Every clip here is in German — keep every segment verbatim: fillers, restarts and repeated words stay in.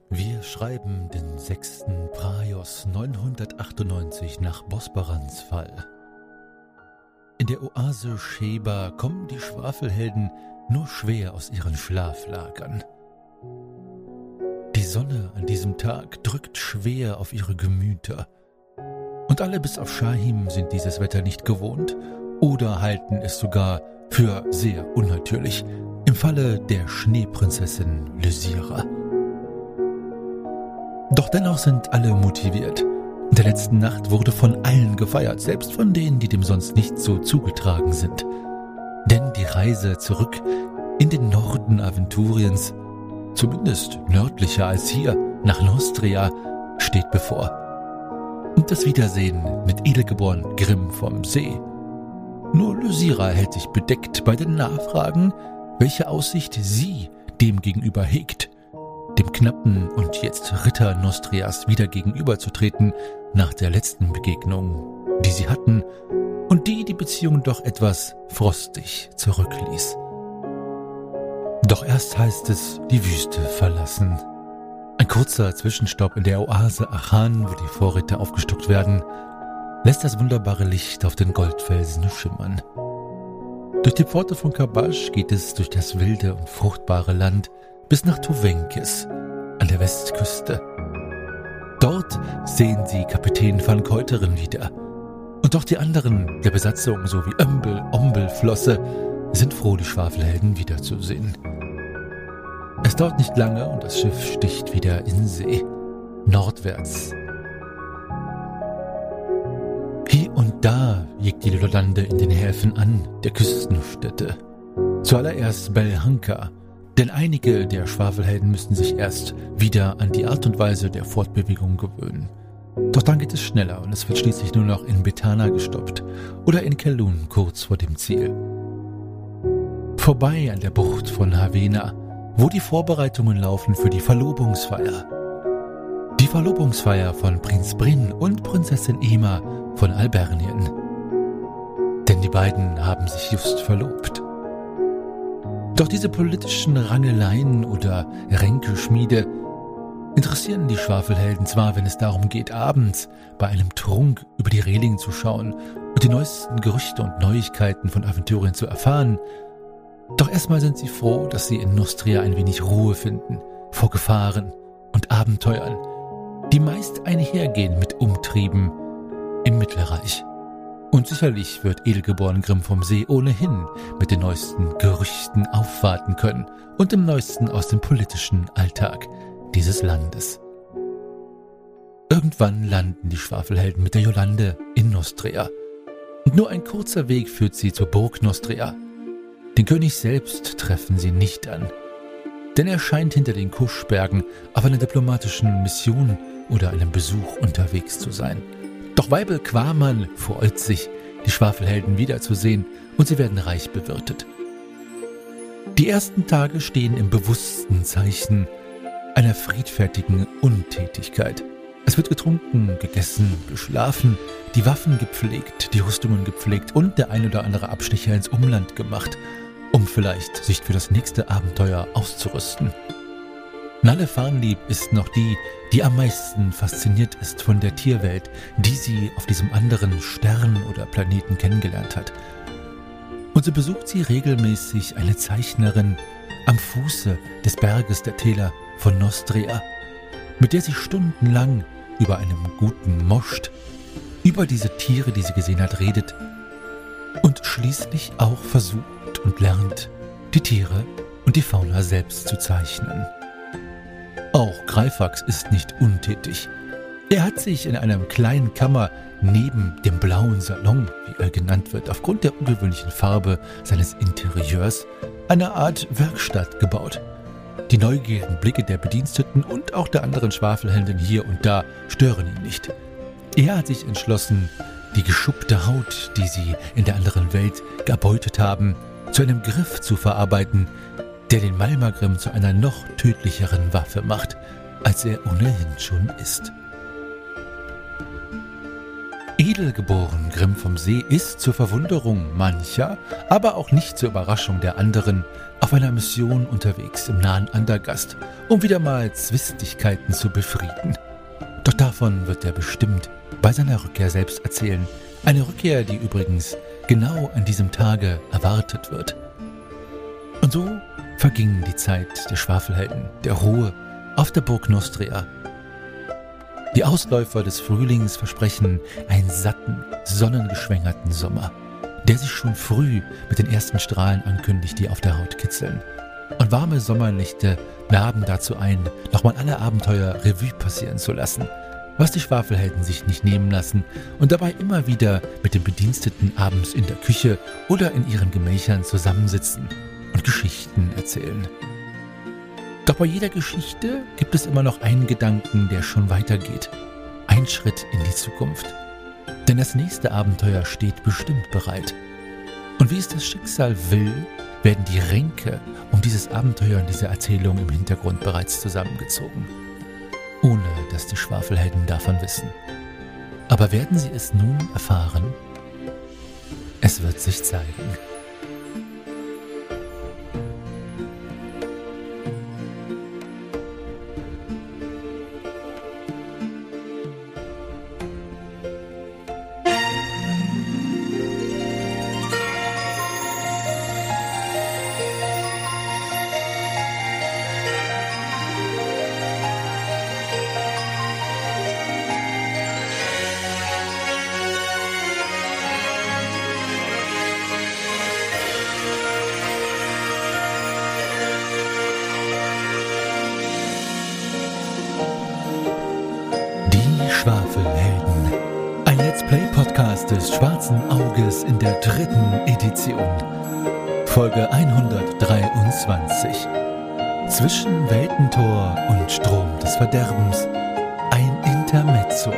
Wir schreiben den sechsten Praios neunhundertachtundneunzig nach Bosporans Fall. In der Oase Sheba kommen die Schwafelhelden nur schwer aus ihren Schlaflagern. Die Sonne an diesem Tag drückt schwer auf ihre Gemüter. Und alle bis auf Shahim sind dieses Wetter nicht gewohnt oder halten es sogar für sehr unnatürlich im Falle der Schneeprinzessin Lysira. Doch dennoch sind alle motiviert. In der letzten Nacht wurde von allen gefeiert, selbst von denen, die dem sonst nicht so zugetragen sind. Denn die Reise zurück in den Norden Aventuriens, zumindest nördlicher als hier, nach Nostria, steht bevor. Und das Wiedersehen mit Edelgeborn Grimm vom See. Nur Lysira hält sich bedeckt bei den Nachfragen, welche Aussicht sie dem gegenüber hegt, dem Knappen und jetzt Ritter Nostrias wieder gegenüberzutreten nach der letzten Begegnung, die sie hatten und die die Beziehung doch etwas frostig zurückließ. Doch erst heißt es, die Wüste verlassen. Ein kurzer Zwischenstopp in der Oase Achan, wo die Vorräte aufgestockt werden, lässt das wunderbare Licht auf den Goldfelsen schimmern. Durch die Pforte von Kabash geht es durch das wilde und fruchtbare Land bis nach Tuvenkis an der Westküste. Dort sehen sie Kapitän van Keuteren wieder. Und auch die anderen der Besatzung sowie Ömbel, Ombel, Flosse sind froh, die Schwafelhelden wiederzusehen. Es dauert nicht lange und das Schiff sticht wieder in See, nordwärts. Hier und da legt die Lolande in den Häfen an, der Küstenstädte. Zuallererst Belhanka, denn einige der Schwafelhelden müssen sich erst wieder an die Art und Weise der Fortbewegung gewöhnen. Doch dann geht es schneller und es wird schließlich nur noch in Bethana gestoppt oder in Kelun kurz vor dem Ziel. Vorbei an der Bucht von Havena, wo die Vorbereitungen laufen für die Verlobungsfeier. Die Verlobungsfeier von Prinz Bryn und Prinzessin Ema von Albernien. Denn die beiden haben sich just verlobt. Doch diese politischen Rangeleien oder Ränkeschmiede interessieren die Schwafelhelden zwar, wenn es darum geht, abends bei einem Trunk über die Reling zu schauen und die neuesten Gerüchte und Neuigkeiten von Aventurien zu erfahren, doch erstmal sind sie froh, dass sie in Nostria ein wenig Ruhe finden vor Gefahren und Abenteuern, die meist einhergehen mit Umtrieben im Mittelreich. Und sicherlich wird Edelgeborn Grimm vom See ohnehin mit den neuesten Gerüchten aufwarten können und dem Neuesten aus dem politischen Alltag dieses Landes. Irgendwann landen die Schwafelhelden mit der Yolande in Nostria. Und nur ein kurzer Weg führt sie zur Burg Nostria. Den König selbst treffen sie nicht an, denn er scheint hinter den Kuschbergen auf einer diplomatischen Mission oder einem Besuch unterwegs zu sein. Doch Weibel Quaman freut sich, die Schwafelhelden wiederzusehen, und sie werden reich bewirtet. Die ersten Tage stehen im bewussten Zeichen einer friedfertigen Untätigkeit. Es wird getrunken, gegessen, geschlafen, die Waffen gepflegt, die Rüstungen gepflegt und der ein oder andere Abstecher ins Umland gemacht, um vielleicht sich für das nächste Abenteuer auszurüsten. Nalle Farnlieb ist noch die, die am meisten fasziniert ist von der Tierwelt, die sie auf diesem anderen Stern oder Planeten kennengelernt hat. Und so besucht sie regelmäßig eine Zeichnerin am Fuße des Berges der Täler von Nostria, mit der sie stundenlang über einem guten Moscht, über diese Tiere, die sie gesehen hat, redet und schließlich auch versucht und lernt, die Tiere und die Fauna selbst zu zeichnen. Auch Greifax ist nicht untätig. Er hat sich in einer kleinen Kammer neben dem blauen Salon, wie er genannt wird, aufgrund der ungewöhnlichen Farbe seines Interieurs, eine Art Werkstatt gebaut. Die neugierigen Blicke der Bediensteten und auch der anderen Schwafelhelden hier und da stören ihn nicht. Er hat sich entschlossen, die geschuppte Haut, die sie in der anderen Welt erbeutet haben, zu einem Griff zu verarbeiten, der den Malmagrim zu einer noch tödlicheren Waffe macht, als er ohnehin schon ist. Edelgeboren Grimm vom See ist zur Verwunderung mancher, aber auch nicht zur Überraschung der anderen, auf einer Mission unterwegs im nahen Andergast, um wieder mal Zwistigkeiten zu befrieden. Doch davon wird er bestimmt bei seiner Rückkehr selbst erzählen. Eine Rückkehr, die übrigens genau an diesem Tage erwartet wird. Und so verging die Zeit der Schwafelhelden, der Ruhe auf der Burg Nostria. Die Ausläufer des Frühlings versprechen einen satten, sonnengeschwängerten Sommer, der sich schon früh mit den ersten Strahlen ankündigt, die auf der Haut kitzeln. Und warme Sommernächte laden dazu ein, nochmal alle Abenteuer Revue passieren zu lassen, was die Schwafelhelden sich nicht nehmen lassen und dabei immer wieder mit den Bediensteten abends in der Küche oder in ihren Gemächern zusammensitzen und Geschichten erzählen. Doch bei jeder Geschichte gibt es immer noch einen Gedanken, der schon weitergeht. Ein Schritt in die Zukunft. Denn das nächste Abenteuer steht bestimmt bereit. Und wie es das Schicksal will, werden die Ränke um dieses Abenteuer und diese Erzählung im Hintergrund bereits zusammengezogen. Ohne dass die Schwafelhelden davon wissen. Aber werden sie es nun erfahren? Es wird sich zeigen. Schwafelhelden. Ein Let's Play-Podcast des Schwarzen Auges in der dritten Edition. Folge hundertdreiundzwanzig. Zwischen Weltentor und Strom des Verderbens. Ein Intermezzo.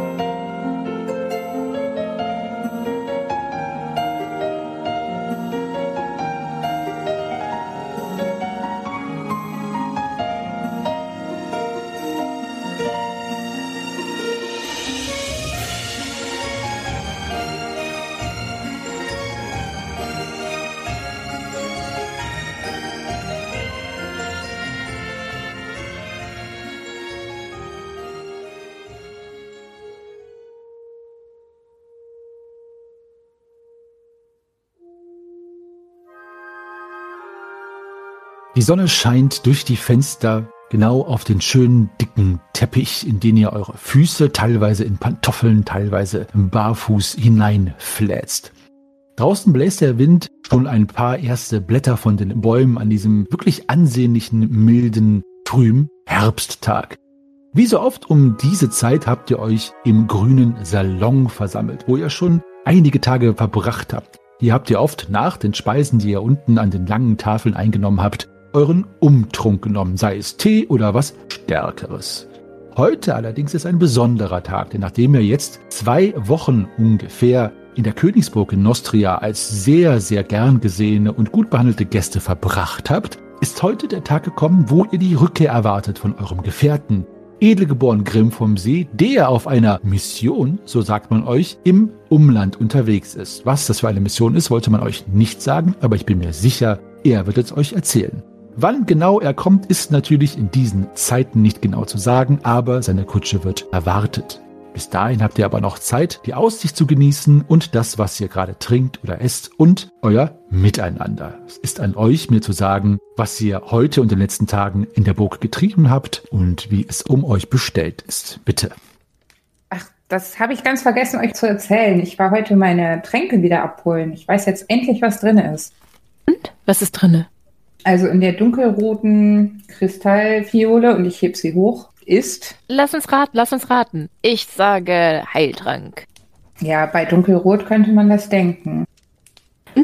Die Sonne scheint durch die Fenster genau auf den schönen, dicken Teppich, in den ihr eure Füße teilweise in Pantoffeln, teilweise im Barfuß hineinfläzt. Draußen bläst der Wind schon ein paar erste Blätter von den Bäumen an diesem wirklich ansehnlichen, milden, trüben Herbsttag. Wie so oft um diese Zeit habt ihr euch im grünen Salon versammelt, wo ihr schon einige Tage verbracht habt. Hier habt ihr oft nach den Speisen, die ihr unten an den langen Tafeln eingenommen habt, euren Umtrunk genommen, sei es Tee oder was Stärkeres. Heute allerdings ist ein besonderer Tag, denn nachdem ihr jetzt zwei Wochen ungefähr in der Königsburg in Nostria als sehr, sehr gern gesehene und gut behandelte Gäste verbracht habt, ist heute der Tag gekommen, wo ihr die Rückkehr erwartet von eurem Gefährten, Edelgeboren Grimm vom See, der auf einer Mission, so sagt man euch, im Umland unterwegs ist. Was das für eine Mission ist, wollte man euch nicht sagen, aber ich bin mir sicher, er wird es euch erzählen. Wann genau er kommt, ist natürlich in diesen Zeiten nicht genau zu sagen, aber seine Kutsche wird erwartet. Bis dahin habt ihr aber noch Zeit, die Aussicht zu genießen und das, was ihr gerade trinkt oder esst und euer Miteinander. Es ist an euch, mir zu sagen, was ihr heute und in den letzten Tagen in der Burg getrieben habt und wie es um euch bestellt ist. Bitte. Ach, das habe ich ganz vergessen, euch zu erzählen. Ich war heute meine Tränke wieder abholen. Ich weiß jetzt endlich, was drin ist. Und? Was ist drinne? Also in der dunkelroten Kristallfiole, und ich heb sie hoch, ist... Lass uns raten, lass uns raten. Ich sage Heiltrank. Ja, bei dunkelrot könnte man das denken. Hm?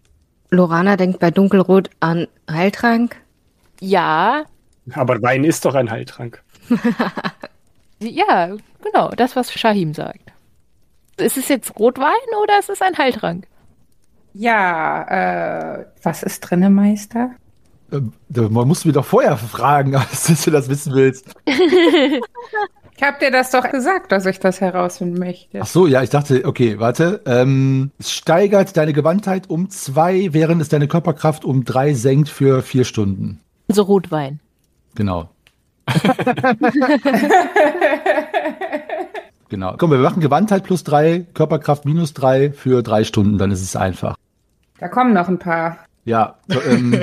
Lorana denkt bei dunkelrot an Heiltrank. Ja. Aber Wein ist doch ein Heiltrank. Ja, genau, das, was Shahim sagt. Ist es jetzt Rotwein oder ist es ein Heiltrank? Ja, äh, was ist drinne, Meister? Ähm, man muss mir doch vorher fragen, als du das wissen willst. Ich hab dir das doch gesagt, dass ich das herausfinden möchte. Ach so, ja, ich dachte, okay, warte. Ähm, es steigert deine Gewandtheit um zwei, während es deine Körperkraft um drei senkt für vier Stunden. Also Rotwein. Genau. Genau. Komm, wir machen Gewandtheit plus drei, Körperkraft minus drei für drei Stunden, dann ist es einfach. Da kommen noch ein paar. Ja. So, ähm,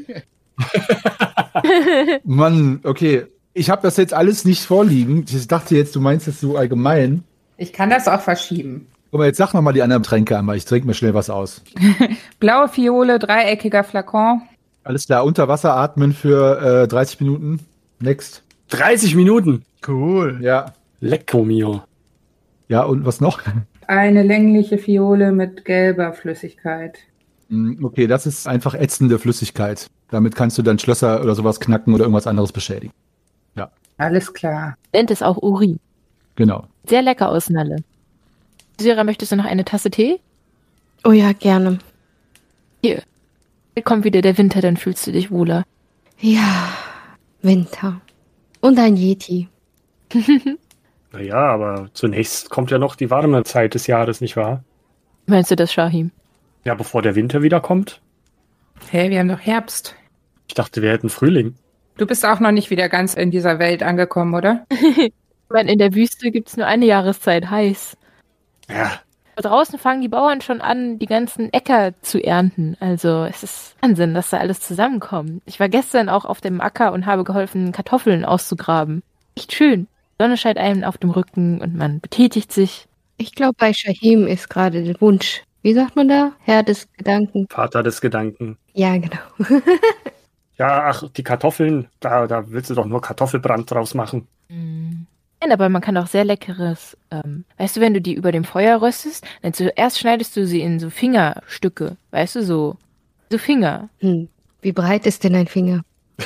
Mann, okay. Ich habe das jetzt alles nicht vorliegen. Ich dachte jetzt, du meinst das so allgemein. Ich kann das auch verschieben. Guck mal, jetzt sag noch mal die anderen Tränke einmal. Ich trinke mir schnell was aus. Blaue Fiole, dreieckiger Flakon. Alles klar, unter Wasser atmen für äh, dreißig Minuten. Next. dreißig Minuten. Cool. Ja. Lecco mio. Ja, und was noch? Eine längliche Fiole mit gelber Flüssigkeit. Mm, Okay, das ist einfach ätzende Flüssigkeit. Damit kannst du dann Schlösser oder sowas knacken oder irgendwas anderes beschädigen. Alles klar. Nennt es auch Urin. Genau. Sehr lecker aus Nalle. Sira, möchtest du noch eine Tasse Tee? Oh ja, gerne. Hier. Hier kommt wieder der Winter, dann fühlst du dich wohler. Ja, Winter. Und ein Yeti. Naja, aber zunächst kommt ja noch die warme Zeit des Jahres, nicht wahr? Meinst du das, Shahim? Ja, bevor der Winter wiederkommt. Hey, wir haben doch Herbst. Ich dachte, wir hätten Frühling. Du bist auch noch nicht wieder ganz in dieser Welt angekommen, oder? Ich meine, in der Wüste gibt es nur eine Jahreszeit, heiß. Ja, Draußen fangen die Bauern schon an, die ganzen Äcker zu ernten. Also es ist Wahnsinn, dass da alles zusammenkommt. Ich war gestern auch auf dem Acker und habe geholfen, Kartoffeln auszugraben. Echt schön. Die Sonne scheint einem auf dem Rücken und man betätigt sich. Ich glaube, bei Shahim ist gerade der Wunsch. Wie sagt man da? Herr des Gedanken. Vater des Gedanken. Ja, genau. Ja, ach, die Kartoffeln, da, da willst du doch nur Kartoffelbrand draus machen. Nein, aber man kann auch sehr leckeres, ähm, weißt du, wenn du die über dem Feuer röstest, dann zuerst schneidest du sie in so Fingerstücke, weißt du, so, so Finger. Hm. Wie breit ist denn ein Finger?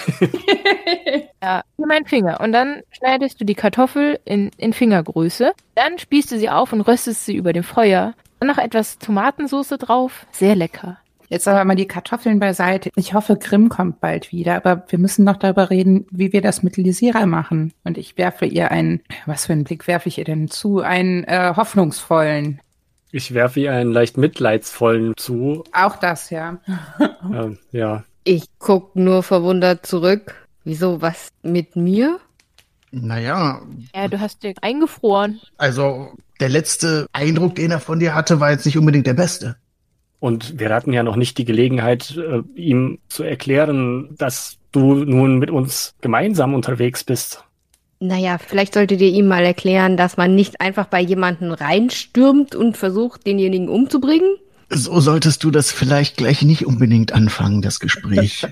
Ja, wie mein Finger. Und dann schneidest du die Kartoffel in, in Fingergröße, dann spießt du sie auf und röstest sie über dem Feuer. Dann noch etwas Tomatensauce drauf, sehr lecker. Jetzt aber mal die Kartoffeln beiseite. Ich hoffe, Grimm kommt bald wieder, aber wir müssen noch darüber reden, wie wir das mit Lysira machen. Und ich werfe ihr einen, was für einen Blick werfe ich ihr denn zu? Einen äh, hoffnungsvollen. Ich werfe ihr einen leicht mitleidsvollen zu. Auch das, ja. Ähm, ja. Ich guck nur verwundert zurück. Wieso, was mit mir? Naja, Ja, du hast dir eingefroren. also der letzte Eindruck, den er von dir hatte, war jetzt nicht unbedingt der beste. Und wir hatten ja noch nicht die Gelegenheit, äh, ihm zu erklären, dass du nun mit uns gemeinsam unterwegs bist. Naja, vielleicht solltet ihr ihm mal erklären, dass man nicht einfach bei jemanden reinstürmt und versucht, denjenigen umzubringen. So solltest du das vielleicht gleich nicht unbedingt anfangen, das Gespräch.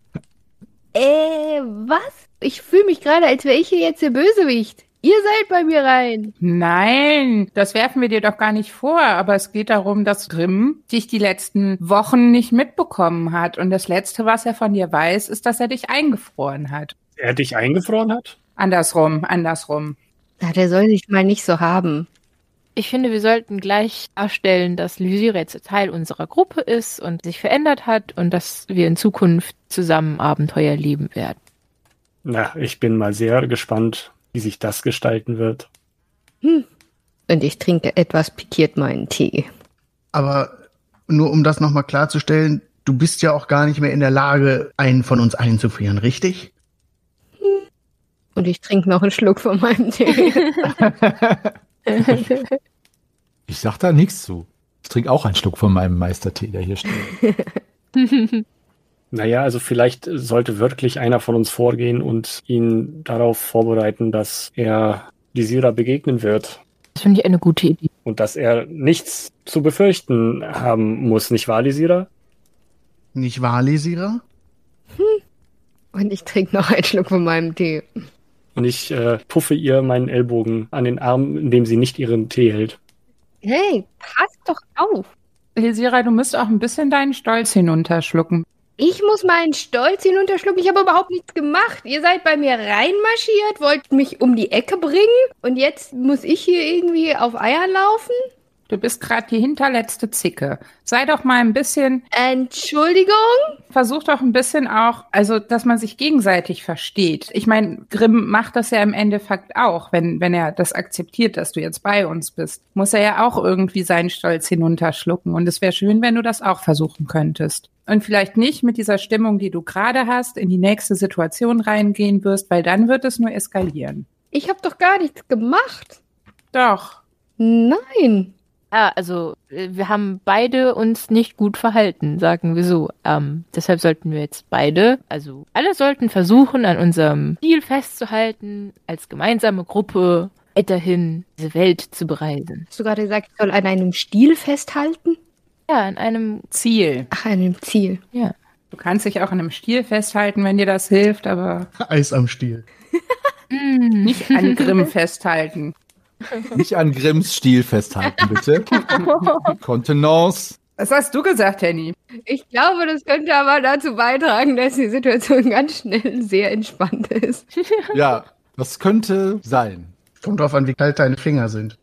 Äh, was? Ich fühle mich gerade, als wäre ich hier jetzt der Bösewicht. Ihr seid bei mir rein. Nein, das werfen wir dir doch gar nicht vor. Aber es geht darum, dass Grimm dich die letzten Wochen nicht mitbekommen hat. Und das Letzte, was er von dir weiß, ist, dass er dich eingefroren hat. Er dich eingefroren hat? Andersrum, andersrum. Na, der soll sich mal nicht so haben. Ich finde, wir sollten gleich darstellen, dass Lysira jetzt Teil unserer Gruppe ist und sich verändert hat und dass wir in Zukunft zusammen Abenteuer leben werden. Na, ich bin mal sehr gespannt, wie sich das gestalten wird. Hm. Und ich trinke etwas pikiert meinen Tee. Aber nur um das nochmal klarzustellen, du bist ja auch gar nicht mehr in der Lage, einen von uns einzufrieren, richtig? Und ich trinke noch einen Schluck von meinem Tee. Ich sag da nichts zu. Ich trinke auch einen Schluck von meinem Meistertee, der hier steht. Naja, also vielleicht sollte wirklich einer von uns vorgehen und ihn darauf vorbereiten, dass er Lysira begegnen wird. Das finde ich eine gute Idee. Und dass er nichts zu befürchten haben muss, nicht wahr, Lysira? Nicht wahr, Lysira? Und ich trinke noch einen Schluck von meinem Tee. Und ich äh, puffe ihr meinen Ellbogen an den Arm, indem sie nicht ihren Tee hält. Hey, pass doch auf. Lysira, du musst auch ein bisschen deinen Stolz hinunterschlucken. Ich muss meinen Stolz hinunterschlucken. Ich habe überhaupt nichts gemacht. Ihr seid bei mir reinmarschiert, wollt mich um die Ecke bringen und jetzt muss ich hier irgendwie auf Eiern laufen? Du bist gerade die hinterletzte Zicke. Sei doch mal ein bisschen... Entschuldigung? Versuch doch ein bisschen auch, also, dass man sich gegenseitig versteht. Ich meine, Grimm macht das ja im Endeffekt auch, wenn, wenn er das akzeptiert, dass du jetzt bei uns bist. Muss er ja auch irgendwie seinen Stolz hinunterschlucken. Und es wäre schön, wenn du das auch versuchen könntest. Und vielleicht nicht mit dieser Stimmung, die du gerade hast, in die nächste Situation reingehen wirst, weil dann wird es nur eskalieren. Ich habe doch gar nichts gemacht. Doch. Nein. Ja, also wir haben beide uns nicht gut verhalten, sagen wir so. Ähm, deshalb sollten wir jetzt beide, also alle sollten versuchen, an unserem Ziel festzuhalten, als gemeinsame Gruppe weiterhin diese Welt zu bereisen. Hast du gerade gesagt, ich soll an einem Stil festhalten? Ja, an einem Ziel. Ach, an einem Ziel. Ja. Du kannst dich auch an einem Stiel festhalten, wenn dir das hilft, aber Eis am Stiel. nicht an Grimm festhalten. Nicht an Grimms Stiel festhalten, bitte. Kontenance. Was hast du gesagt, Henny? Ich glaube, das könnte aber dazu beitragen, dass die Situation ganz schnell sehr entspannt ist. Ja, das könnte sein. Kommt drauf an, wie kalt deine Finger sind.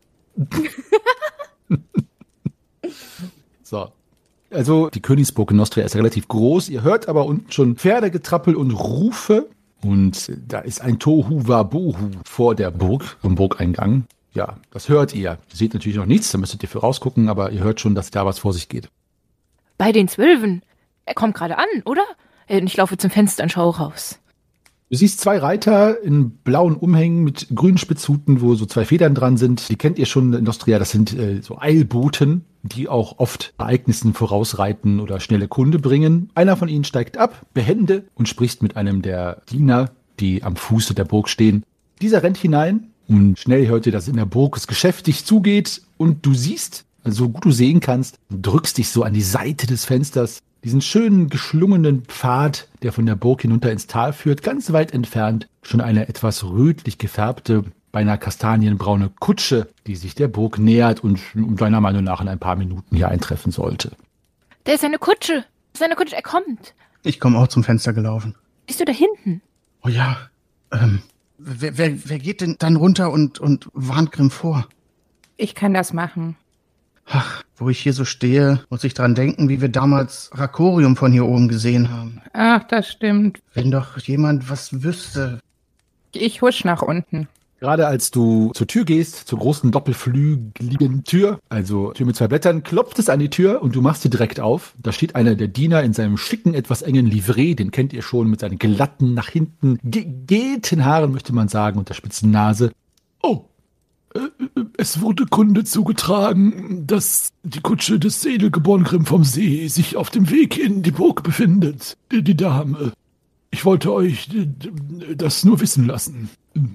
So. Also, die Königsburg in Nostria ist relativ groß. Ihr hört aber unten schon Pferdegetrappel und Rufe. Und da ist ein Tohu Wabohu vor der Burg, vom Burgeingang. Ja, das hört ihr. Ihr seht natürlich noch nichts, da müsstet ihr für rausgucken, aber ihr hört schon, dass da was vor sich geht. Bei den Zwölfen. Er kommt gerade an, oder? Ich laufe zum Fenster und schaue raus. Du siehst zwei Reiter in blauen Umhängen mit grünen Spitzhuten, wo so zwei Federn dran sind. Die kennt ihr schon in Nostria, das sind äh, so Eilboten, die auch oft Ereignissen vorausreiten oder schnelle Kunde bringen. Einer von ihnen steigt ab, behende, und spricht mit einem der Diener, die am Fuße der Burg stehen. Dieser rennt hinein und schnell hört ihr, dass in der Burg es geschäftig zugeht und du siehst, so gut du sehen kannst, drückst dich so an die Seite des Fensters, diesen schönen, geschlungenen Pfad, der von der Burg hinunter ins Tal führt, ganz weit entfernt schon eine etwas rötlich gefärbte, beinahe kastanienbraune Kutsche, die sich der Burg nähert und um deiner Meinung nach in ein paar Minuten hier eintreffen sollte. Da ist eine Kutsche. Da ist eine Kutsche, er kommt. Ich komme auch zum Fenster gelaufen. Bist du da hinten? Oh ja, ähm, wer, wer, wer geht denn dann runter und, und warnt Grimm vor? Ich kann das machen. Ach, wo ich hier so stehe, muss ich dran denken, wie wir damals Rakorium von hier oben gesehen haben. Ach, das stimmt. Wenn doch jemand was wüsste. Ich husch nach unten. Gerade als du zur Tür gehst, zur großen doppelflügeligen Tür, also Tür mit zwei Blättern, klopft es an die Tür und du machst sie direkt auf. Da steht einer der Diener in seinem schicken, etwas engen Livree, den kennt ihr schon, mit seinen glatten, nach hinten gegehten Haaren, möchte man sagen, und der spitzen Nase. Oh, äh, es wurde Kunde zugetragen, dass die Kutsche des Seelige Borngrim vom See sich auf dem Weg in die Burg befindet. Die, die Dame. Ich wollte euch das nur wissen lassen.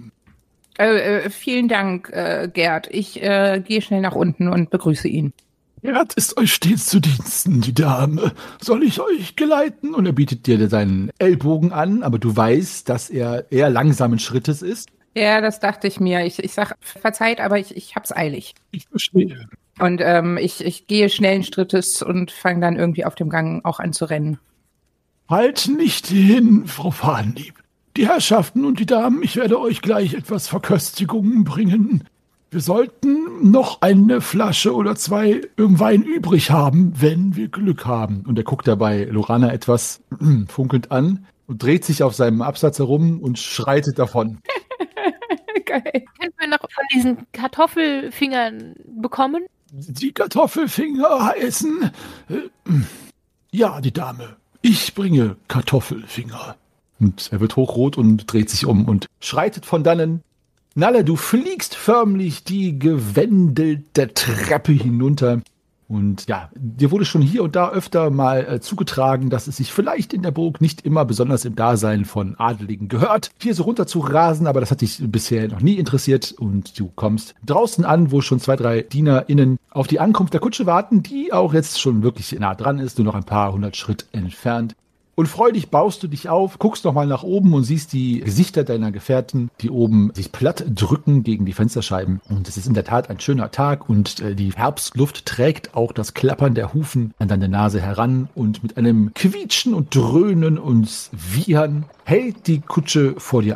Äh, äh, vielen Dank, äh, Gerd. Ich äh, gehe schnell nach unten und begrüße ihn. Gerd ist euch stets zu Diensten, die Dame. Soll ich euch geleiten? Und er bietet dir seinen Ellbogen an, aber du weißt, dass er eher langsamen Schrittes ist. Ja, das dachte ich mir. Ich, ich sag, verzeiht, aber ich, ich hab's eilig. Ich verstehe. Und ähm, ich, ich gehe schnellen Schrittes und fange dann irgendwie auf dem Gang auch an zu rennen. Halt nicht hin, Frau Fahnlieb. Die Herrschaften und die Damen, ich werde euch gleich etwas Verköstigungen bringen. Wir sollten noch eine Flasche oder zwei Wein übrig haben, wenn wir Glück haben. Und er guckt dabei Lorana etwas funkelnd an und dreht sich auf seinem Absatz herum und schreitet davon. Geil. Können wir noch von diesen Kartoffelfingern bekommen? Die Kartoffelfinger heißen... Äh, ja, die Dame. Ich bringe Kartoffelfinger. Und er wird hochrot und dreht sich um und schreitet von dannen. Nalle, du fliegst förmlich die gewändelte Treppe hinunter. Und ja, dir wurde schon hier und da öfter mal äh, zugetragen, dass es sich vielleicht in der Burg nicht immer besonders im Dasein von Adeligen gehört, hier so runter zu rasen, aber das hat dich bisher noch nie interessiert. Und du kommst draußen an, wo schon zwei, drei DienerInnen auf die Ankunft der Kutsche warten, die auch jetzt schon wirklich nah dran ist, nur noch ein paar hundert Schritt entfernt. Und freudig baust du dich auf, guckst nochmal nach oben und siehst die Gesichter deiner Gefährten, die oben sich platt drücken gegen die Fensterscheiben. Und es ist in der Tat ein schöner Tag und äh, die Herbstluft trägt auch das Klappern der Hufen an deine Nase heran. Und mit einem Quietschen und Dröhnen und Wiehern hält die Kutsche vor dir an.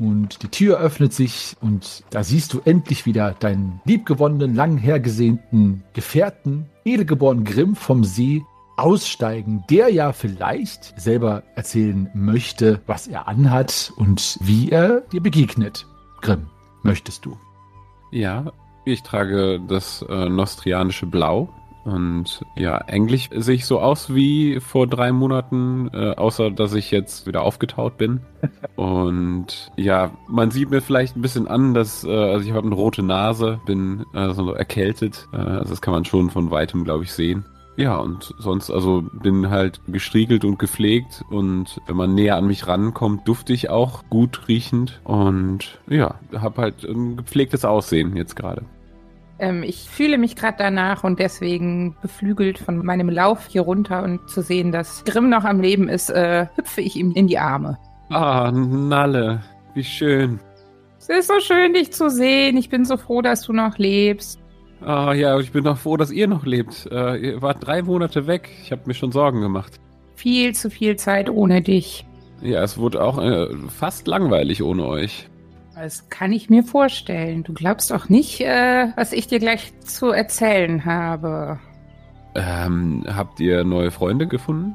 und die Tür öffnet sich und da siehst du endlich wieder deinen liebgewonnenen, lang hergesehnten Gefährten, Edelgeboren Grimm vom See, aussteigen, der ja vielleicht selber erzählen möchte, was er anhat und wie er dir begegnet. Grimm, möchtest du? Ja, ich trage das äh, nostrianische Blau. Und ja, eigentlich sehe ich so aus wie vor drei Monaten, äh, außer dass ich jetzt wieder aufgetaut bin. Und ja, man sieht mir vielleicht ein bisschen an, dass, äh, also ich habe eine rote Nase, bin äh, so erkältet. Äh, also das kann man schon von weitem, glaube ich, sehen. Ja, und sonst, also bin halt gestriegelt und gepflegt und wenn man näher an mich rankommt, dufte ich auch gut riechend und ja, habe halt ein gepflegtes Aussehen jetzt gerade. Ähm, ich fühle mich gerade danach und deswegen beflügelt von meinem Lauf hier runter und zu sehen, dass Grimm noch am Leben ist, äh, hüpfe ich ihm in die Arme. Ah, Nalle, wie schön. Es ist so schön, dich zu sehen. Ich bin so froh, dass du noch lebst. Ah ja, ich bin auch froh, dass ihr noch lebt. Äh, ihr wart drei Monate weg. Ich habe mir schon Sorgen gemacht. Viel zu viel Zeit ohne dich. Ja, es wurde auch äh, fast langweilig ohne euch. Das kann ich mir vorstellen. Du glaubst auch nicht, äh, was ich dir gleich zu erzählen habe. Ähm, habt ihr neue Freunde gefunden?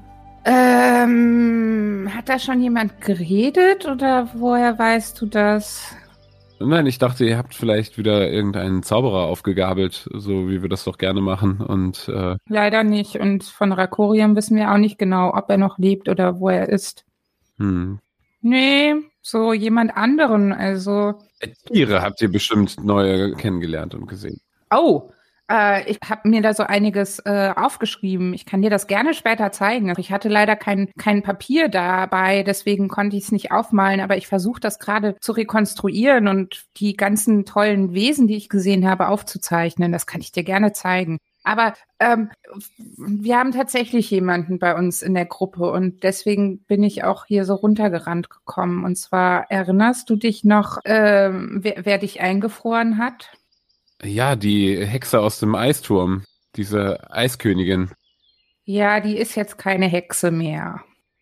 Ähm, hat da schon jemand geredet oder woher weißt du das? Nein, ich dachte, ihr habt vielleicht wieder irgendeinen Zauberer aufgegabelt, so wie wir das doch gerne machen. Und äh, Leider nicht. Und von Rakorium wissen wir auch nicht genau, ob er noch lebt oder wo er ist. hm. Nee, so jemand anderen. Also. Tiere habt ihr bestimmt neue kennengelernt und gesehen. Oh, äh, ich habe mir da so einiges äh, aufgeschrieben. Ich kann dir das gerne später zeigen. Ich hatte leider kein, kein Papier dabei, deswegen konnte ich es nicht aufmalen, aber ich versuche das gerade zu rekonstruieren und die ganzen tollen Wesen, die ich gesehen habe, aufzuzeichnen. Das kann ich dir gerne zeigen. Aber ähm, wir haben tatsächlich jemanden bei uns in der Gruppe und deswegen bin ich auch hier so runtergerannt gekommen. Und zwar, erinnerst du dich noch, ähm, wer, wer dich eingefroren hat? Ja, die Hexe aus dem Eisturm, diese Eiskönigin. Ja, die ist jetzt keine Hexe mehr.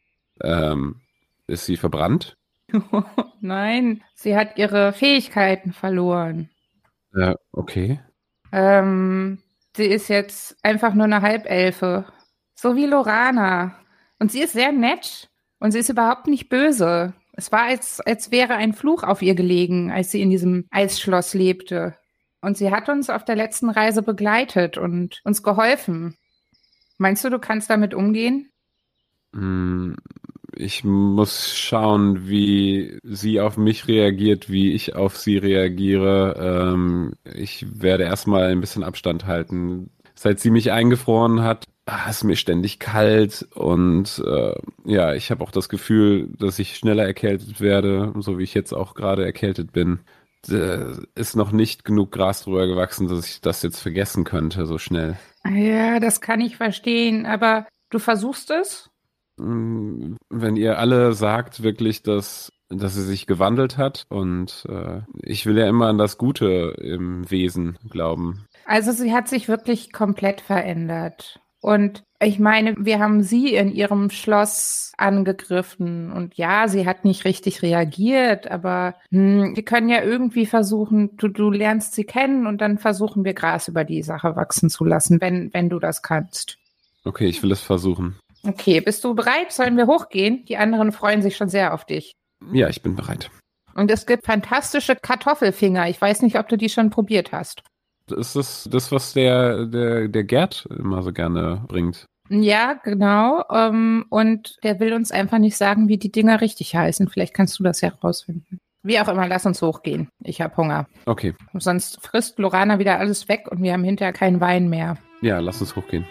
Ähm, ist sie verbrannt? Nein, sie hat ihre Fähigkeiten verloren. Ja, okay. Ähm, sie ist jetzt einfach nur eine Halbelfe. So wie Lorana. Und sie ist sehr nett. Und sie ist überhaupt nicht böse. Es war, als, als wäre ein Fluch auf ihr gelegen, als sie in diesem Eisschloss lebte. Und sie hat uns auf der letzten Reise begleitet und uns geholfen. Meinst du, du kannst damit umgehen? Hm, ich muss schauen, wie sie auf mich reagiert, wie ich auf sie reagiere. Ähm, ich werde erstmal ein bisschen Abstand halten. Seit sie mich eingefroren hat, ah, ist mir ständig kalt und äh, ja, ich habe auch das Gefühl, dass ich schneller erkältet werde, so wie ich jetzt auch gerade erkältet bin. Da ist noch nicht genug Gras drüber gewachsen, dass ich das jetzt vergessen könnte, so schnell. Ja, das kann ich verstehen, aber du versuchst es? Wenn ihr alle sagt wirklich, dass, dass sie sich gewandelt hat und äh, ich will ja immer an das Gute im Wesen glauben. Also sie hat sich wirklich komplett verändert. Und ich meine, wir haben sie in ihrem Schloss angegriffen. Und ja, sie hat nicht richtig reagiert, aber hm, wir können ja irgendwie versuchen, du, du lernst sie kennen und dann versuchen wir Gras über die Sache wachsen zu lassen, wenn, wenn du das kannst. Okay, ich will es versuchen. Okay, bist du bereit? Sollen wir hochgehen? Die anderen freuen sich schon sehr auf dich. Ja, ich bin bereit. Und es gibt fantastische Kartoffelfinger. Ich weiß nicht, ob du die schon probiert hast. Ist das das, was der, der, der Gerd immer so gerne bringt? Ja, genau. Ähm, und der will uns einfach nicht sagen, wie die Dinger richtig heißen. Vielleicht kannst du das ja rausfinden. Wie auch immer, lass uns hochgehen. Ich habe Hunger. Okay. Sonst frisst Lorana wieder alles weg und wir haben hinterher keinen Wein mehr. Ja, lass uns hochgehen.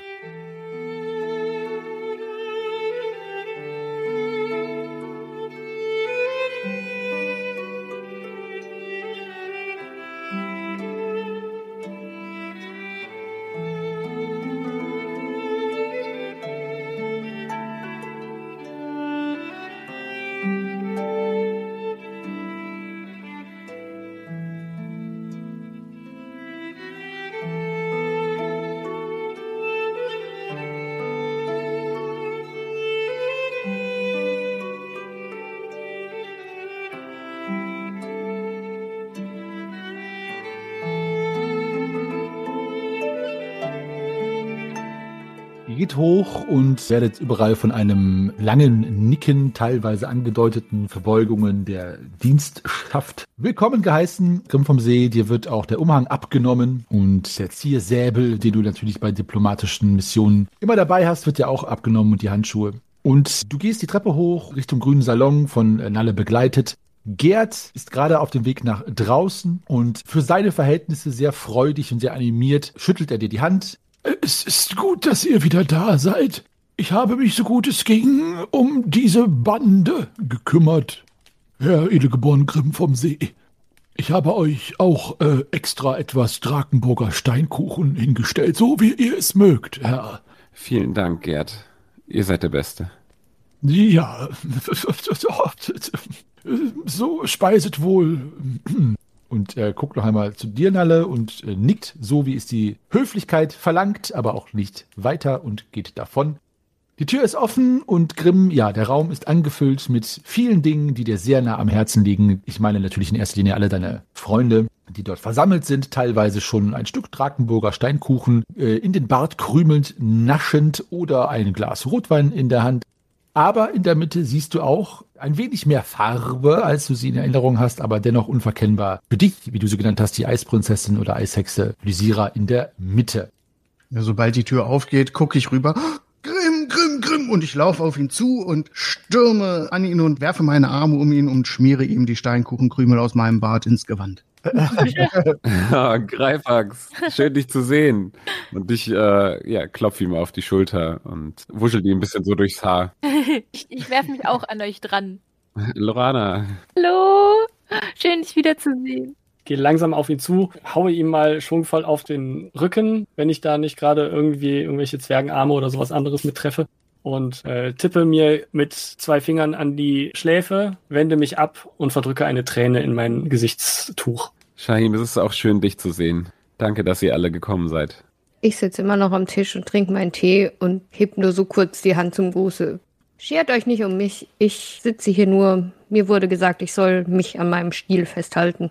geht hoch und werdet überall von einem langen Nicken, teilweise angedeuteten Verbeugungen der Dienstschaft willkommen geheißen. Grimm vom See, dir wird auch der Umhang abgenommen und der Ziersäbel, den du natürlich bei diplomatischen Missionen immer dabei hast, wird dir auch abgenommen und die Handschuhe. Und du gehst die Treppe hoch Richtung grünen Salon, von Nalle begleitet. Gerd ist gerade auf dem Weg nach draußen und für seine Verhältnisse sehr freudig und sehr animiert schüttelt er dir die Hand. Es ist gut, dass ihr wieder da seid. Ich habe mich so gut es ging um diese Bande gekümmert, Herr Edelgeborn Grimm vom See. Ich habe euch auch äh, extra etwas Drakenburger Steinkuchen hingestellt, so wie ihr es mögt, Herr. Vielen Dank, Gerd. Ihr seid der Beste. Ja, so speiset wohl. Und er guckt noch einmal zu dir, Nalle, und äh, nickt, so wie es die Höflichkeit verlangt, aber auch nicht weiter und geht davon. Die Tür ist offen und Grimm, ja, der Raum ist angefüllt mit vielen Dingen, die dir sehr nah am Herzen liegen. Ich meine natürlich in erster Linie alle deine Freunde, die dort versammelt sind, teilweise schon ein Stück Drakenburger Steinkuchen äh, in den Bart krümelnd, naschend oder ein Glas Rotwein in der Hand. Aber in der Mitte siehst du auch ein wenig mehr Farbe, als du sie in Erinnerung hast, aber dennoch unverkennbar für dich, wie du sie genannt hast, die Eisprinzessin oder Eishexe Lysira in der Mitte. Ja, sobald die Tür aufgeht, gucke ich rüber. Grimm, Grimm, Grimm! Und ich laufe auf ihn zu und stürme an ihn und werfe meine Arme um ihn und schmiere ihm die Steinkuchenkrümel aus meinem Bart ins Gewand. Ja, Greifax, schön dich zu sehen. Und ich äh, ja, klopfe ihm auf die Schulter und wuschel ihm ein bisschen so durchs Haar. ich ich werfe mich auch an euch dran. Lorana. Hallo, schön dich wiederzusehen. Gehe langsam auf ihn zu, haue ihm mal schwungvoll auf den Rücken, wenn ich da nicht gerade irgendwie irgendwelche Zwergenarme oder sowas anderes mittreffe. Und äh, tippe mir mit zwei Fingern an die Schläfe, wende mich ab und verdrücke eine Träne in mein Gesichtstuch. Shahim, es ist auch schön, dich zu sehen. Danke, dass ihr alle gekommen seid. Ich sitze immer noch am Tisch und trinke meinen Tee und heb nur so kurz die Hand zum Gruße. Schert euch nicht um mich, ich sitze hier nur. Mir wurde gesagt, ich soll mich an meinem Stiel festhalten.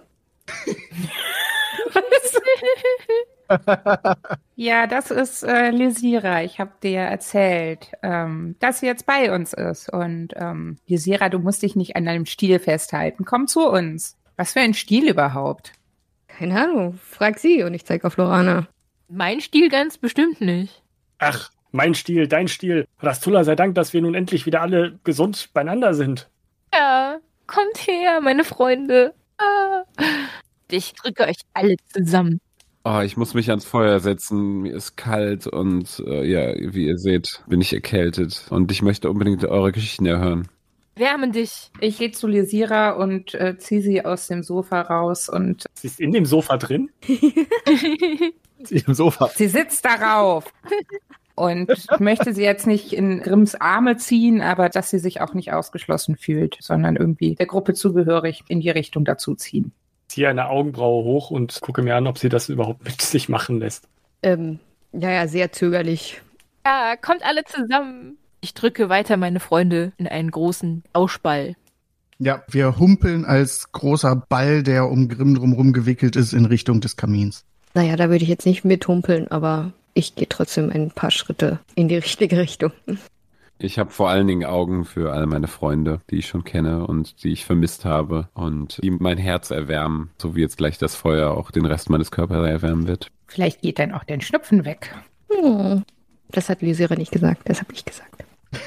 Ja, das ist äh, Lysira. Ich habe dir erzählt, ähm, dass sie jetzt bei uns ist. Und ähm, Lysira, du musst dich nicht an deinem Stiel festhalten. Komm zu uns. Was für ein Stiel überhaupt? Keine Ahnung, frag sie und ich zeig auf Lorana. Mein Stil ganz bestimmt nicht. Ach, mein Stil, dein Stil. Rastulla sei Dank, dass wir nun endlich wieder alle gesund beieinander sind. Ja, kommt her, meine Freunde. Ah. Ich drücke euch alle zusammen. Oh, ich muss mich ans Feuer setzen, mir ist kalt und äh, ja, wie ihr seht, bin ich erkältet und ich möchte unbedingt eure Geschichten erhören. Wärmen dich. Ich gehe zu Lysira und äh, ziehe sie aus dem Sofa raus und Sie ist in dem Sofa drin? Sie im Sofa. sie sitzt darauf. Und ich möchte sie jetzt nicht in Grimms Arme ziehen, aber dass sie sich auch nicht ausgeschlossen fühlt, sondern irgendwie der Gruppe zugehörig in die Richtung dazu ziehen. Ziehe eine Augenbraue hoch und gucke mir an, ob sie das überhaupt mit sich machen lässt. Ähm, ja, ja, sehr zögerlich. Ja, kommt alle zusammen. Ich drücke weiter meine Freunde in einen großen Auschball. Ja, wir humpeln als großer Ball, der um Grimm drumherum gewickelt ist, in Richtung des Kamins. Naja, da würde ich jetzt nicht mithumpeln, aber ich gehe trotzdem ein paar Schritte in die richtige Richtung. Ich habe vor allen Dingen Augen für all meine Freunde, die ich schon kenne und die ich vermisst habe und die mein Herz erwärmen, so wie jetzt gleich das Feuer auch den Rest meines Körpers erwärmen wird. Vielleicht geht dann auch der Schnupfen weg. Hm. Das hat Lysira nicht gesagt, das habe ich gesagt.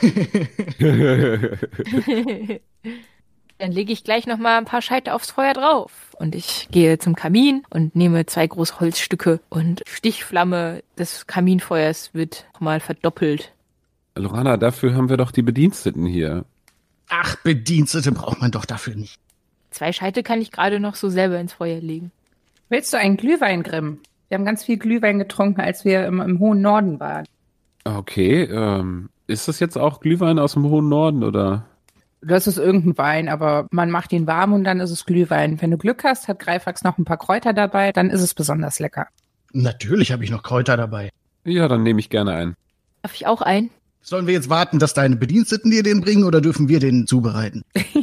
Dann lege ich gleich noch mal ein paar Scheite aufs Feuer drauf. Und ich gehe zum Kamin und nehme zwei große Holzstücke und Stichflamme des Kaminfeuers wird nochmal verdoppelt. Lorana, dafür haben wir doch die Bediensteten hier. Ach, Bedienstete braucht man doch dafür nicht. Zwei Scheite kann ich gerade noch so selber ins Feuer legen. Willst du einen Glühwein, Grimm? Wir haben ganz viel Glühwein getrunken, als wir im, im hohen Norden waren. Okay, ähm, ist das jetzt auch Glühwein aus dem hohen Norden, oder? Das ist irgendein Wein, aber man macht ihn warm und dann ist es Glühwein. Wenn du Glück hast, hat Greifax noch ein paar Kräuter dabei, dann ist es besonders lecker. Natürlich habe ich noch Kräuter dabei. Ja, dann nehme ich gerne ein. Darf ich auch ein? Sollen wir jetzt warten, dass deine Bediensteten dir den bringen oder dürfen wir den zubereiten?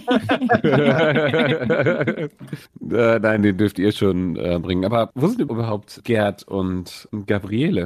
äh, nein, den dürft ihr schon äh, bringen. Aber wo sind überhaupt Gerd und Gabriele?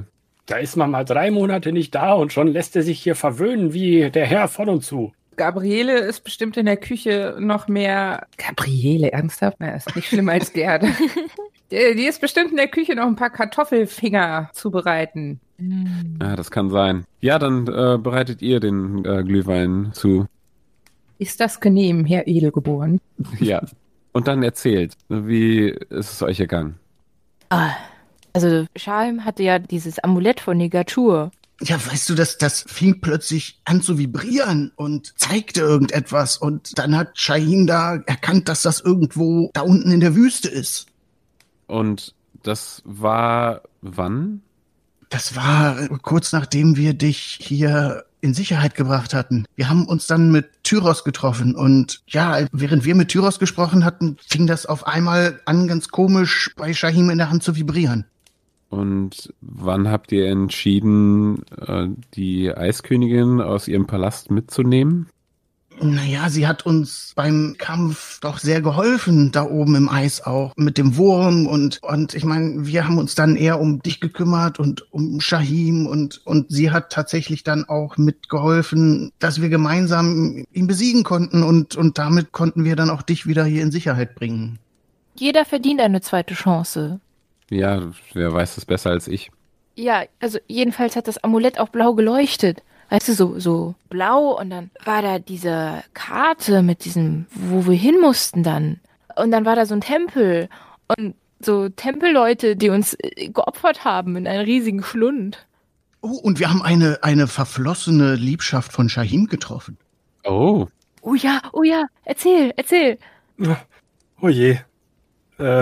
Da ist man mal drei Monate nicht da und schon lässt er sich hier verwöhnen wie der Herr von und zu. Gabriele ist bestimmt in der Küche noch mehr... Gabriele, ernsthaft? Na, ist nicht schlimmer als Gerd. die, die ist bestimmt in der Küche noch ein paar Kartoffelfinger zubereiten. Ja, das kann sein. Ja, dann äh, bereitet ihr den äh, Glühwein zu. Ist das genehm, Herr Edelgeboren? Ja. Und dann erzählt, wie ist es euch ergangen? Ah, also Shalm hatte ja dieses Amulett von Negatur. Ja, weißt du, das, das fing plötzlich an zu vibrieren und zeigte irgendetwas. Und dann hat Shahim da erkannt, dass das irgendwo da unten in der Wüste ist. Und das war wann? Das war kurz nachdem wir dich hier in Sicherheit gebracht hatten. Wir haben uns dann mit Tyros getroffen und ja, während wir mit Tyros gesprochen hatten, fing das auf einmal an, ganz komisch bei Shahim in der Hand zu vibrieren. Und wann habt ihr entschieden, die Eiskönigin aus ihrem Palast mitzunehmen? Naja, sie hat uns beim Kampf doch sehr geholfen, da oben im Eis auch, mit dem Wurm und und ich meine, wir haben uns dann eher um dich gekümmert und um Shahim und und sie hat tatsächlich dann auch mitgeholfen, dass wir gemeinsam ihn besiegen konnten und und damit konnten wir dann auch dich wieder hier in Sicherheit bringen. Jeder verdient eine zweite Chance. Ja, wer weiß das besser als ich. Ja, also jedenfalls hat das Amulett auch blau geleuchtet. Weißt du, so, so blau und dann war da diese Karte mit diesem, wo wir hin mussten dann. Und dann war da so ein Tempel und so Tempelleute, die uns geopfert haben in einen riesigen Schlund. Oh, und wir haben eine, eine verflossene Liebschaft von Shahim getroffen. Oh. Oh ja, oh ja, erzähl, erzähl. Oh je. Äh,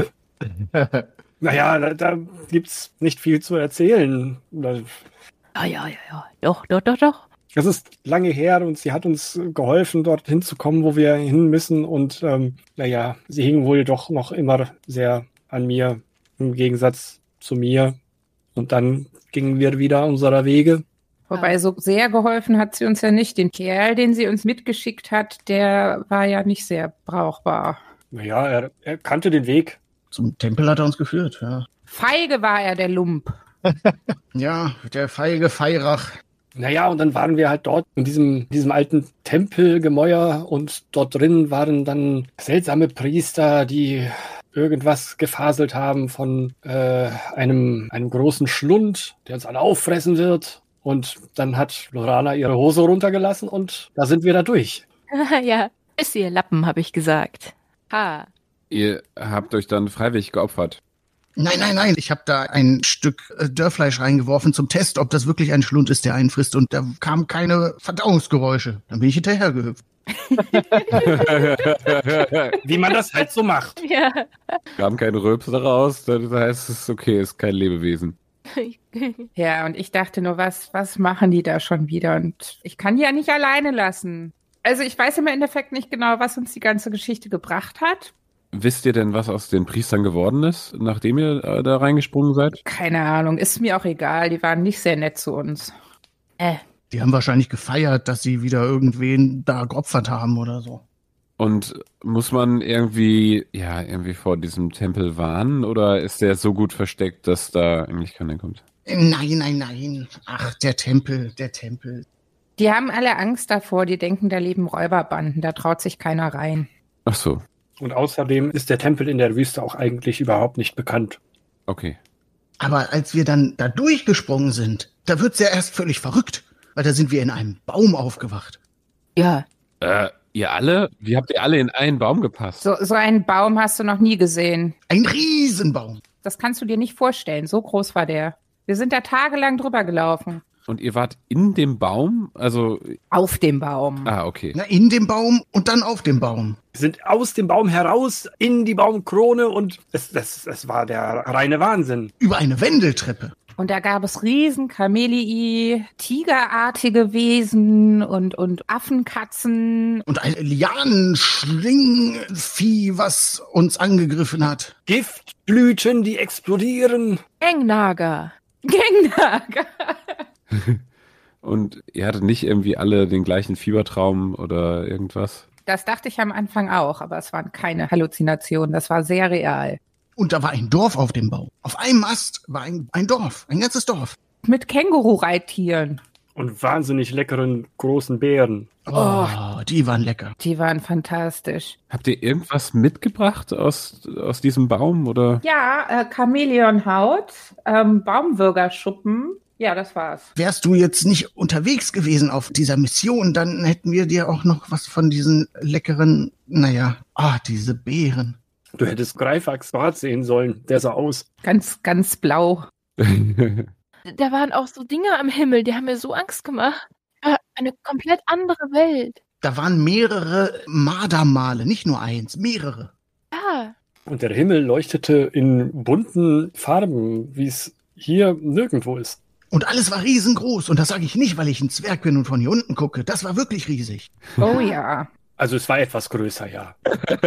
naja, da, da gibt's nicht viel zu erzählen. Ja, ja, ja, ja. Doch, doch, doch, doch. Das ist lange her und sie hat uns geholfen, dort hinzukommen, wo wir hin müssen. Und ähm, naja, sie hing wohl doch noch immer sehr an mir, im Gegensatz zu mir. Und dann gingen wir wieder unserer Wege. Wobei so sehr geholfen hat sie uns ja nicht. Den Kerl, den sie uns mitgeschickt hat, der war ja nicht sehr brauchbar. Naja, er, er kannte den Weg. Zum Tempel hat er uns geführt, ja. Feige war er, der Lump. Ja, der feige Feirach. Naja, und dann waren wir halt dort in diesem, diesem alten Tempelgemäuer und dort drin waren dann seltsame Priester, die irgendwas gefaselt haben von äh, einem, einem großen Schlund, der uns alle auffressen wird. Und dann hat Lorana ihre Hose runtergelassen und da sind wir da durch. Ja, ist ihr Lappen, habe ich gesagt. Ha. Ihr habt euch dann freiwillig geopfert. Nein, nein, nein. Ich habe da ein Stück äh, Dörrfleisch reingeworfen zum Test, ob das wirklich ein Schlund ist, der einen frisst. Und da kamen keine Verdauungsgeräusche. Dann bin ich hinterhergehüpft. Wie man das halt so macht. Ja. Kam kein Rülpser raus, das heißt, es ist okay, ist kein Lebewesen. Ja, und ich dachte nur, was, was machen die da schon wieder? Und ich kann die ja nicht alleine lassen. Also ich weiß im Endeffekt nicht genau, was uns die ganze Geschichte gebracht hat. Wisst ihr denn, was aus den Priestern geworden ist, nachdem ihr äh, da reingesprungen seid? Keine Ahnung, ist mir auch egal. Die waren nicht sehr nett zu uns. Äh. Die haben wahrscheinlich gefeiert, dass sie wieder irgendwen da geopfert haben oder so. Und muss man irgendwie, ja, irgendwie vor diesem Tempel warnen oder ist der so gut versteckt, dass da eigentlich keiner kommt? Nein, nein, nein. Ach, der Tempel, der Tempel. Die haben alle Angst davor. Die denken, da leben Räuberbanden. Da traut sich keiner rein. Ach so. Und außerdem ist der Tempel in der Wüste auch eigentlich überhaupt nicht bekannt. Okay. Aber als wir dann da durchgesprungen sind, da wird's ja erst völlig verrückt. Weil da sind wir in einem Baum aufgewacht. Ja. Äh, ihr alle? Wie habt ihr alle in einen Baum gepasst? So, so einen Baum hast du noch nie gesehen. Ein Riesenbaum. Das kannst du dir nicht vorstellen. So groß war der. Wir sind da tagelang drüber gelaufen. Und ihr wart in dem Baum? Also. Auf dem Baum. Ah, okay. Na, in dem Baum und dann auf dem Baum. Wir sind aus dem Baum heraus in die Baumkrone und es, das, das war der reine Wahnsinn. Über eine Wendeltreppe. Und da gab es riesen Kamelii, tigerartige Wesen und, und Affenkatzen. Und ein Lianenschlingvieh, was uns angegriffen hat. Giftblüten, die explodieren. Engnager. Gangnager. Und ihr hattet nicht irgendwie alle den gleichen Fiebertraum oder irgendwas? Das dachte ich am Anfang auch, aber es waren keine Halluzinationen. Das war sehr real. Und da war ein Dorf auf dem Baum. Auf einem Ast war ein, ein Dorf, ein ganzes Dorf. mit Känguru-Reittieren. Und wahnsinnig leckeren großen Beeren. Oh, die waren lecker. Die waren fantastisch. Habt ihr irgendwas mitgebracht aus, aus diesem Baum, oder? Ja, äh, Chamäleonhaut, ähm, Baumwürgerschuppen. Ja, das war's. Wärst du jetzt nicht unterwegs gewesen auf dieser Mission, dann hätten wir dir auch noch was von diesen leckeren, naja, ah, diese Beeren. Du hättest Greifax Bart sehen sollen. Der sah aus. Ganz, ganz blau. Da waren auch so Dinge am Himmel, die haben mir so Angst gemacht. Ja, eine komplett andere Welt. Da waren mehrere Mardermale, nicht nur eins, mehrere. Ja. Und der Himmel leuchtete in bunten Farben, wie es hier nirgendwo ist. Und alles war riesengroß. Und das sage ich nicht, weil ich ein Zwerg bin und von hier unten gucke. Das war wirklich riesig. Oh ja. Also es war etwas größer, ja.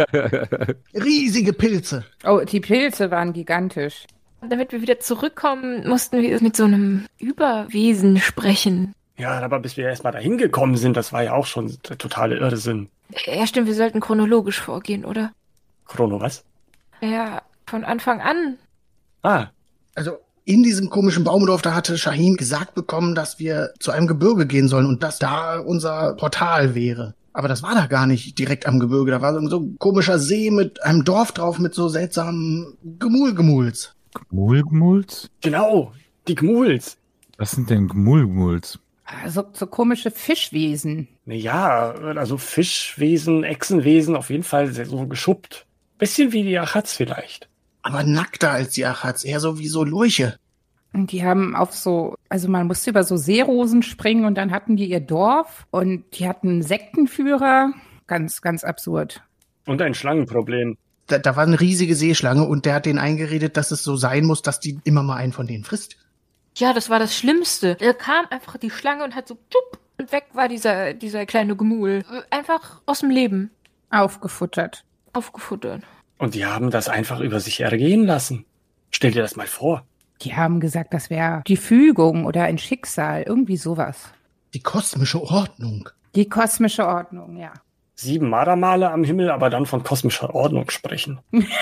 Riesige Pilze. Oh, die Pilze waren gigantisch. Und damit wir wieder zurückkommen, mussten wir mit so einem Überwesen sprechen. Ja, aber bis wir erstmal dahin gekommen sind, das war ja auch schon der totale Irrsinn. Ja, stimmt, wir sollten chronologisch vorgehen, oder? Chrono, was? Ja, von Anfang an. Ah, Also in diesem komischen Baumdorf, da hatte Shahim gesagt bekommen, dass wir zu einem Gebirge gehen sollen und dass da unser Portal wäre. Aber das war da gar nicht direkt am Gebirge. Da war so ein komischer See mit einem Dorf drauf mit so seltsamen Gemulgemuls. Gmulgmuls? genau, die Gmuls. Was sind denn Gmulgmuls? Also so komische Fischwesen. Naja, also Fischwesen, Echsenwesen, auf jeden Fall sehr so geschuppt. Bisschen wie die Achats vielleicht. Aber nackter als die Achats, eher so wie so Lurche. Und die haben auf so, also man musste über so Seerosen springen und dann hatten die ihr Dorf und die hatten einen Sektenführer. Ganz, ganz absurd. Und ein Schlangenproblem. Da, da war eine riesige Seeschlange und der hat denen eingeredet, dass es so sein muss, dass die immer mal einen von denen frisst. Ja, das war das Schlimmste. Da kam einfach die Schlange und hat so tschupp und weg war dieser, dieser kleine Gemul. Einfach aus dem Leben Aufgefuttert. aufgefuttert. Und die haben das einfach über sich ergehen lassen. Stell dir das mal vor. Die haben gesagt, das wäre die Fügung oder ein Schicksal, irgendwie sowas. Die kosmische Ordnung. Die kosmische Ordnung, ja. Sieben Mardermale am Himmel, aber dann von kosmischer Ordnung sprechen.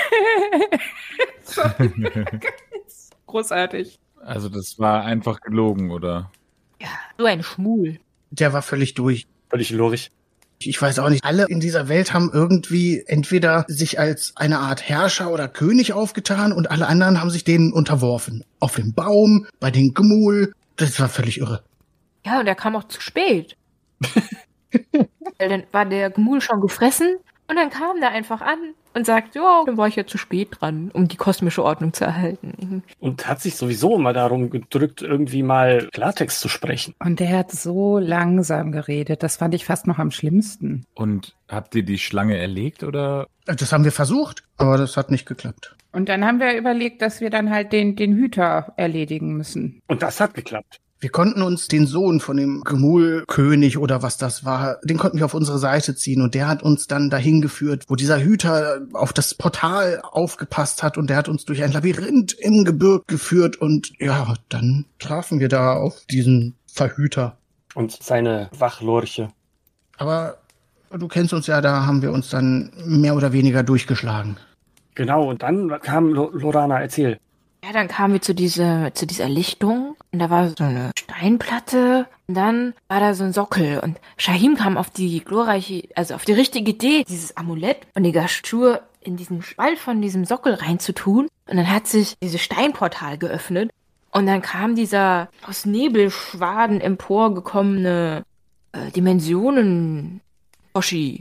Großartig. Also das war einfach gelogen, oder? Ja, so ein Schmul. Der war völlig durch. Völlig logisch. Ich weiß auch nicht, alle in dieser Welt haben irgendwie entweder sich als eine Art Herrscher oder König aufgetan und alle anderen haben sich denen unterworfen. Auf dem Baum, bei den Gmul. Das war völlig irre. Ja, und er kam auch zu spät. Weil dann war der Gmul schon gefressen und dann kam der einfach an und sagt, ja, dann war ich ja zu spät dran, um die kosmische Ordnung zu erhalten. Und hat sich sowieso mal darum gedrückt, irgendwie mal Klartext zu sprechen. Und der hat so langsam geredet. Das fand ich fast noch am schlimmsten. Und habt ihr die Schlange erlegt, oder? Das haben wir versucht, aber das hat nicht geklappt. Und dann haben wir überlegt, dass wir dann halt den, den Hüter erledigen müssen. Und das hat geklappt. Wir konnten uns den Sohn von dem Gmul-König oder was das war, den konnten wir auf unsere Seite ziehen und der hat uns dann dahin geführt, wo dieser Hüter auf das Portal aufgepasst hat und der hat uns durch ein Labyrinth im Gebirg geführt und ja, dann trafen wir da auf diesen Verhüter. Und seine Wachlurche. Aber du kennst uns ja, da haben wir uns dann mehr oder weniger durchgeschlagen. Genau, und dann kam Lo- Lorana, erzähl. Ja, dann kamen wir zu dieser, zu dieser Lichtung und da war so eine Steinplatte und dann war da so ein Sockel und Shahim kam auf die glorreiche, also auf die richtige Idee, dieses Amulett und die Gashur in diesen Spalt von diesem Sockel reinzutun und dann hat sich dieses Steinportal geöffnet und dann kam dieser aus Nebelschwaden emporgekommene äh, Dimensionen Hoshi.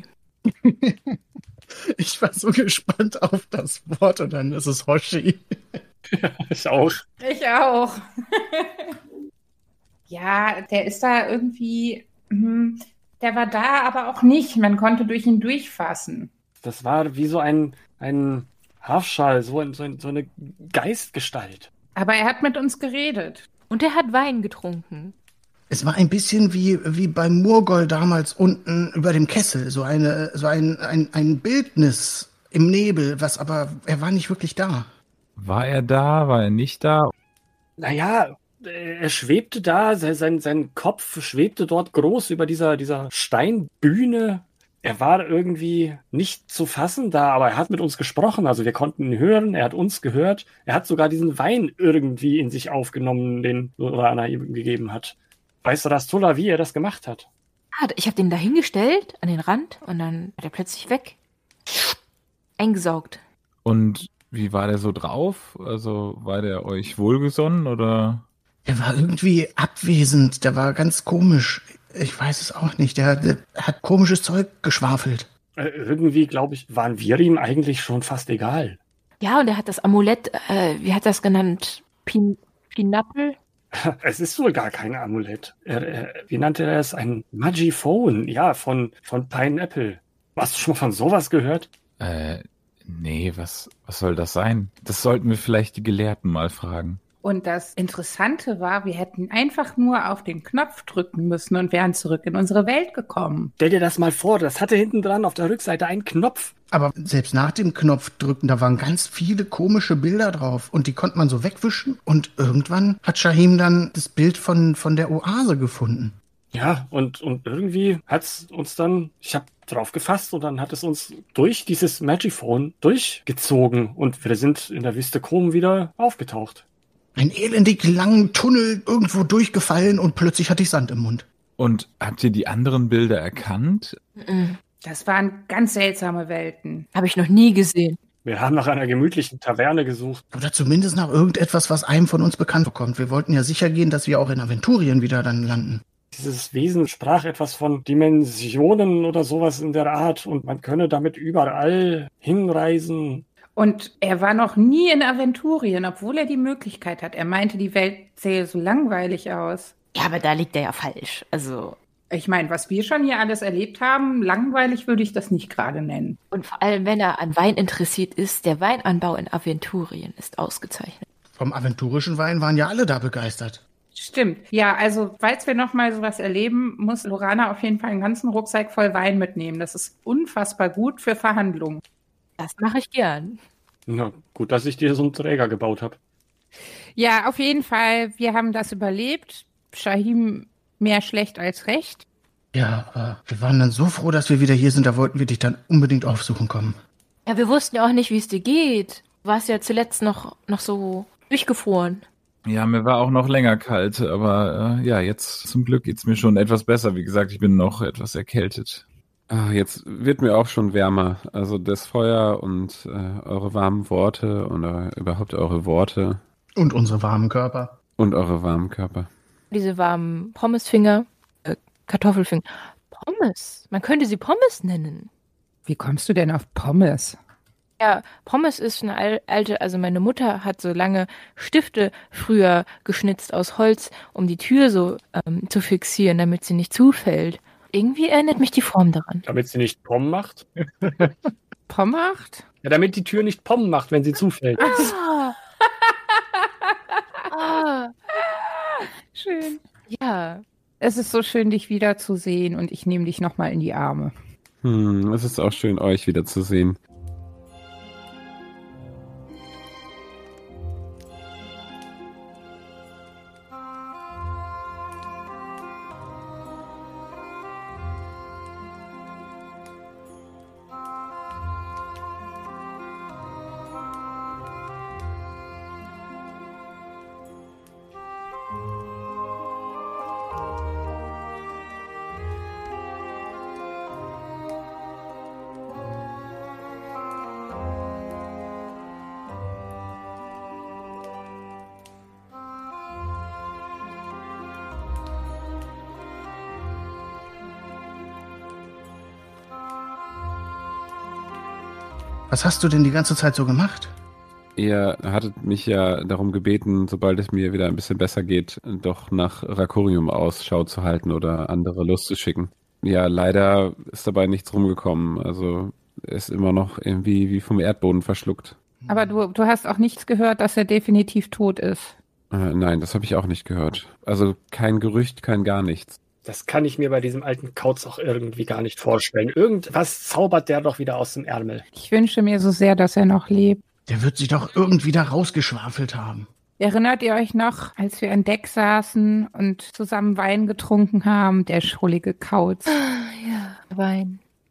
Ich war so gespannt auf das Wort und dann ist es Hoshi. Ich auch. Ich auch. Ja, der ist da irgendwie, hm, der war da, aber auch nicht. Man konnte durch ihn durchfassen. Das war wie so ein, ein Halfschall, so, ein, so, ein, so eine Geistgestalt. Aber er hat mit uns geredet. Und er hat Wein getrunken. Es war ein bisschen wie, wie beim Murgol damals unten über dem Kessel, so eine, so ein, ein, ein Bildnis im Nebel, was aber, er war nicht wirklich da. War er da? War er nicht da? Naja, er schwebte da, sein, sein, sein Kopf schwebte dort groß über dieser, dieser Steinbühne Er war irgendwie nicht zu fassen da, aber er hat mit uns gesprochen. Also wir konnten ihn hören, er hat uns gehört. Er hat sogar diesen Wein irgendwie in sich aufgenommen, den Lorana ihm gegeben hat. Weißt du, Rastola, wie er das gemacht hat? Ah, ich habe den da hingestellt, an den Rand, und dann war der plötzlich weg. Eingesaugt. Und wie war der so drauf? Also war der euch wohlgesonnen oder? Er war irgendwie abwesend, der war ganz komisch. Ich weiß es auch nicht, der, der hat komisches Zeug geschwafelt. Äh, irgendwie, glaube ich, waren wir ihm eigentlich schon fast egal. Ja, und er hat das Amulett, äh, wie hat das genannt? Pin Pinappel? Es ist wohl gar kein Amulett. Er, er, wie nannte er es? Ein Magiphone, ja, von, von Pineapple. Hast du schon mal von sowas gehört? Äh, nee, was, was soll das sein? Das sollten wir vielleicht die Gelehrten mal fragen. Und das Interessante war, wir hätten einfach nur auf den Knopf drücken müssen und wären zurück in unsere Welt gekommen. Stell dir das mal vor, das hatte hinten dran auf der Rückseite einen Knopf. Aber selbst nach dem Knopfdrücken, da waren ganz viele komische Bilder drauf. Und die konnte man so wegwischen. Und irgendwann hat Shahim dann das Bild von, von der Oase gefunden. Ja, und, und irgendwie hat's uns dann, ich habe drauf gefasst und dann hat es uns durch dieses Magiphone durchgezogen. Und wir sind in der Wüste Chrom wieder aufgetaucht. Ein elendig langen Tunnel irgendwo durchgefallen und plötzlich hatte ich Sand im Mund. Und habt ihr die anderen Bilder erkannt? Das waren ganz seltsame Welten. Habe ich noch nie gesehen. Wir haben nach einer gemütlichen Taverne gesucht. Oder zumindest nach irgendetwas, was einem von uns bekannt bekommt. Wir wollten ja sicher gehen, dass wir auch in Aventurien wieder dann landen. Dieses Wesen sprach etwas von Dimensionen oder sowas in der Art und man könne damit überall hinreisen. Und er war noch nie in Aventurien, obwohl er die Möglichkeit hat. Er meinte, die Welt sähe so langweilig aus. Ja, aber da liegt er ja falsch. Also. Ich meine, was wir schon hier alles erlebt haben, langweilig würde ich das nicht gerade nennen. Und vor allem, wenn er an Wein interessiert ist, der Weinanbau in Aventurien ist ausgezeichnet. Vom aventurischen Wein waren ja alle da begeistert. Stimmt. Ja, also, falls wir nochmal sowas erleben, muss Lorana auf jeden Fall einen ganzen Rucksack voll Wein mitnehmen. Das ist unfassbar gut für Verhandlungen. Das mache ich gern. Na, gut, dass ich dir so einen Träger gebaut habe. Ja, auf jeden Fall. Wir haben das überlebt. Shahim mehr schlecht als recht. Ja, äh, wir waren dann so froh, dass wir wieder hier sind. Da wollten wir dich dann unbedingt aufsuchen kommen. Ja, wir wussten ja auch nicht, wie es dir geht. Du warst ja zuletzt noch, noch so durchgefroren. Ja, mir war auch noch länger kalt, aber äh, ja, jetzt zum Glück geht's mir schon etwas besser. Wie gesagt, ich bin noch etwas erkältet. Ah, jetzt wird mir auch schon wärmer. Also das Feuer und äh, eure warmen Worte oder überhaupt eure Worte. Und unsere warmen Körper. Und eure warmen Körper. Diese warmen Pommesfinger, äh, Kartoffelfinger. Pommes. Man könnte sie Pommes nennen. Wie kommst du denn auf Pommes? Ja, Pommes ist eine al- alte, also meine Mutter hat so lange Stifte früher geschnitzt aus Holz, um die Tür so ähm, zu fixieren, damit sie nicht zufällt. Irgendwie erinnert mich die Form daran. Damit sie nicht Pom macht? Pom macht? Ja, damit die Tür nicht Pom macht, wenn sie zufällt. Ah. ah. Schön. Ja. Es ist so schön, dich wiederzusehen und ich nehme dich nochmal in die Arme. Hm, es ist auch schön, euch wiederzusehen. Was hast du denn die ganze Zeit so gemacht? Ihr hattet mich ja darum gebeten, sobald es mir wieder ein bisschen besser geht, doch nach Rakorium Ausschau zu halten oder andere loszuschicken. Ja, leider ist dabei nichts rumgekommen. Also er ist immer noch irgendwie wie vom Erdboden verschluckt. Aber du, du hast auch nichts gehört, dass er definitiv tot ist. Äh, nein, das habe ich auch nicht gehört. Also kein Gerücht, kein gar nichts. Das kann ich mir bei diesem alten Kauz auch irgendwie gar nicht vorstellen. Irgendwas zaubert der doch wieder aus dem Ärmel. Ich wünsche mir so sehr, dass er noch lebt. Der wird sich doch irgendwie da rausgeschwafelt haben. Erinnert ihr euch noch, als wir an Deck saßen und zusammen Wein getrunken haben? Der schrullige Kauz. Ja, Wein.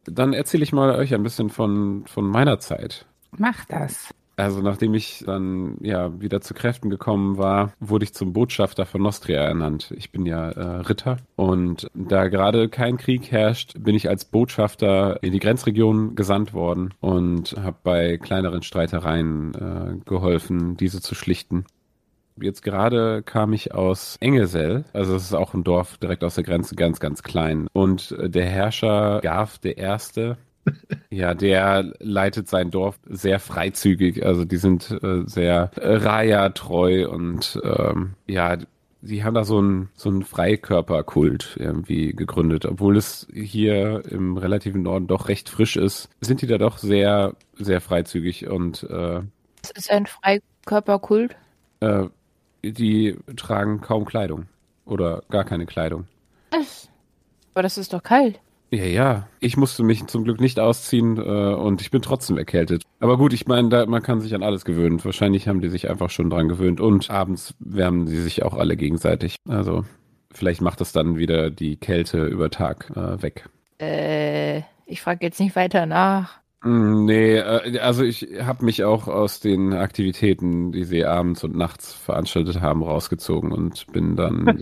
Dann erzähle ich mal euch ein bisschen von, von meiner Zeit. Mach das. Also nachdem ich dann ja wieder zu Kräften gekommen war, wurde ich zum Botschafter von Nostria ernannt. Ich bin ja äh, Ritter und da gerade kein Krieg herrscht, bin ich als Botschafter in die Grenzregion gesandt worden und habe bei kleineren Streitereien äh, geholfen, diese zu schlichten. Jetzt gerade kam ich aus Engesel, also es ist auch ein Dorf direkt aus der Grenze, ganz, ganz klein. Und der Herrscher Garf der Erste, ja, der leitet sein Dorf sehr freizügig. Also die sind äh, sehr äh, Raya-treu und ähm, ja, die haben da so einen so einen Freikörperkult irgendwie gegründet. Obwohl es hier im relativen Norden doch recht frisch ist, sind die da doch sehr, sehr freizügig und äh, Was ist ein Freikörperkult? äh, die tragen kaum Kleidung oder gar keine Kleidung. Was? Aber das ist doch kalt. Ja, ja. Ich musste mich zum Glück nicht ausziehen äh, und ich bin trotzdem erkältet. Aber gut, ich meine, da, man kann sich an alles gewöhnen. Wahrscheinlich haben die sich einfach schon dran gewöhnt und abends wärmen sie sich auch alle gegenseitig. Also vielleicht macht das dann wieder die Kälte über Tag äh, weg. Äh, ich frage jetzt nicht weiter nach. Mm, Nee, äh, also ich habe mich auch aus den Aktivitäten, die sie abends und nachts veranstaltet haben, rausgezogen und bin dann...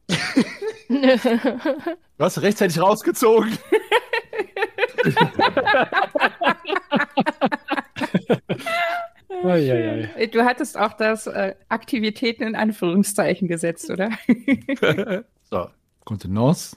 Du hast rechtzeitig rausgezogen. Eieiei. Du hattest auch das äh, Aktivitäten in Anführungszeichen gesetzt, oder? So, Kontenance.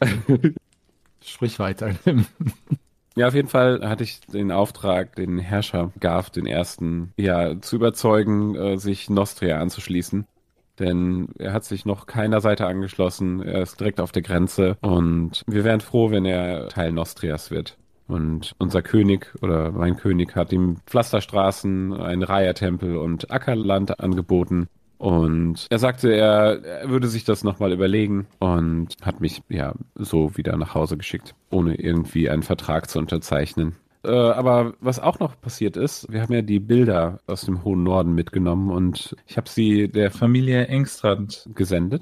Sprich weiter. Ja, auf jeden Fall hatte ich den Auftrag, den Herrscher Garf den Ersten, ja, zu überzeugen, äh, sich Nostria anzuschließen. Denn er hat sich noch keiner Seite angeschlossen, er ist direkt auf der Grenze und wir wären froh, wenn er Teil Nostrias wird. Und unser König oder mein König hat ihm Pflasterstraßen, einen Raya-Tempel und Ackerland angeboten. Und er sagte, er, er würde sich das nochmal überlegen und hat mich ja so wieder nach Hause geschickt, ohne irgendwie einen Vertrag zu unterzeichnen. Äh, aber was auch noch passiert ist, wir haben ja die Bilder aus dem hohen Norden mitgenommen und ich habe sie der Familie Engstrand gesendet.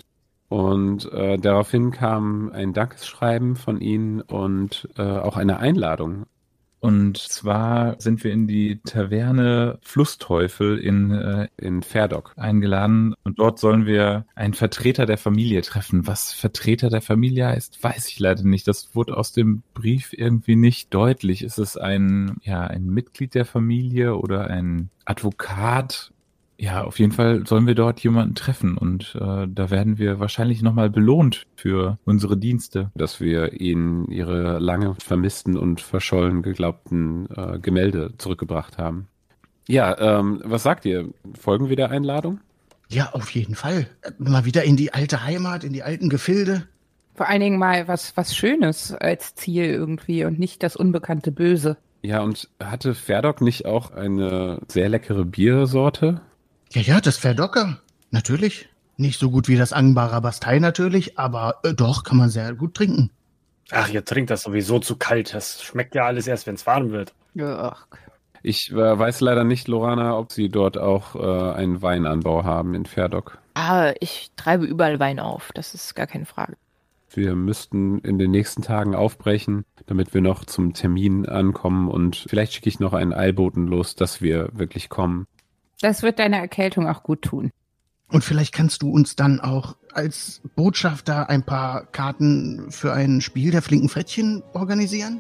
Und äh, daraufhin kam ein Dankeschreiben von ihnen und äh, auch eine Einladung. Und zwar sind wir in die Taverne Flussteufel in, äh, in Ferdok eingeladen. Und dort sollen wir einen Vertreter der Familie treffen. Was Vertreter der Familie heißt, weiß ich leider nicht. Das wurde aus dem Brief irgendwie nicht deutlich. Ist es ein, ja, ein Mitglied der Familie oder ein Advokat? Ja, auf jeden Fall sollen wir dort jemanden treffen und äh, da werden wir wahrscheinlich nochmal belohnt für unsere Dienste. Dass wir ihnen ihre lange vermissten und verschollen geglaubten äh, Gemälde zurückgebracht haben. Ja, ähm, was sagt ihr? Folgen wir der Einladung? Ja, auf jeden Fall. Mal wieder in die alte Heimat, in die alten Gefilde. Vor allen Dingen mal was, was Schönes als Ziel irgendwie und nicht das unbekannte Böse. Ja, und hatte Ferdok nicht auch eine sehr leckere Biersorte? Ja, ja, das Verdocker. Natürlich. Nicht so gut wie das Angbara Bastei natürlich, aber äh, doch, kann man sehr gut trinken. Ach, ihr trinkt das sowieso zu kalt. Das schmeckt ja alles erst, wenn es warm wird. Ach. Ich äh, weiß leider nicht, Lorana, ob sie dort auch äh, einen Weinanbau haben in Ferdok. Ah, ich treibe überall Wein auf. Das ist gar keine Frage. Wir müssten in den nächsten Tagen aufbrechen, damit wir noch zum Termin ankommen und vielleicht schicke ich noch einen Eilboten los, dass wir wirklich kommen. Das wird deiner Erkältung auch gut tun. Und vielleicht kannst du uns dann auch als Botschafter ein paar Karten für ein Spiel der flinken Frettchen organisieren?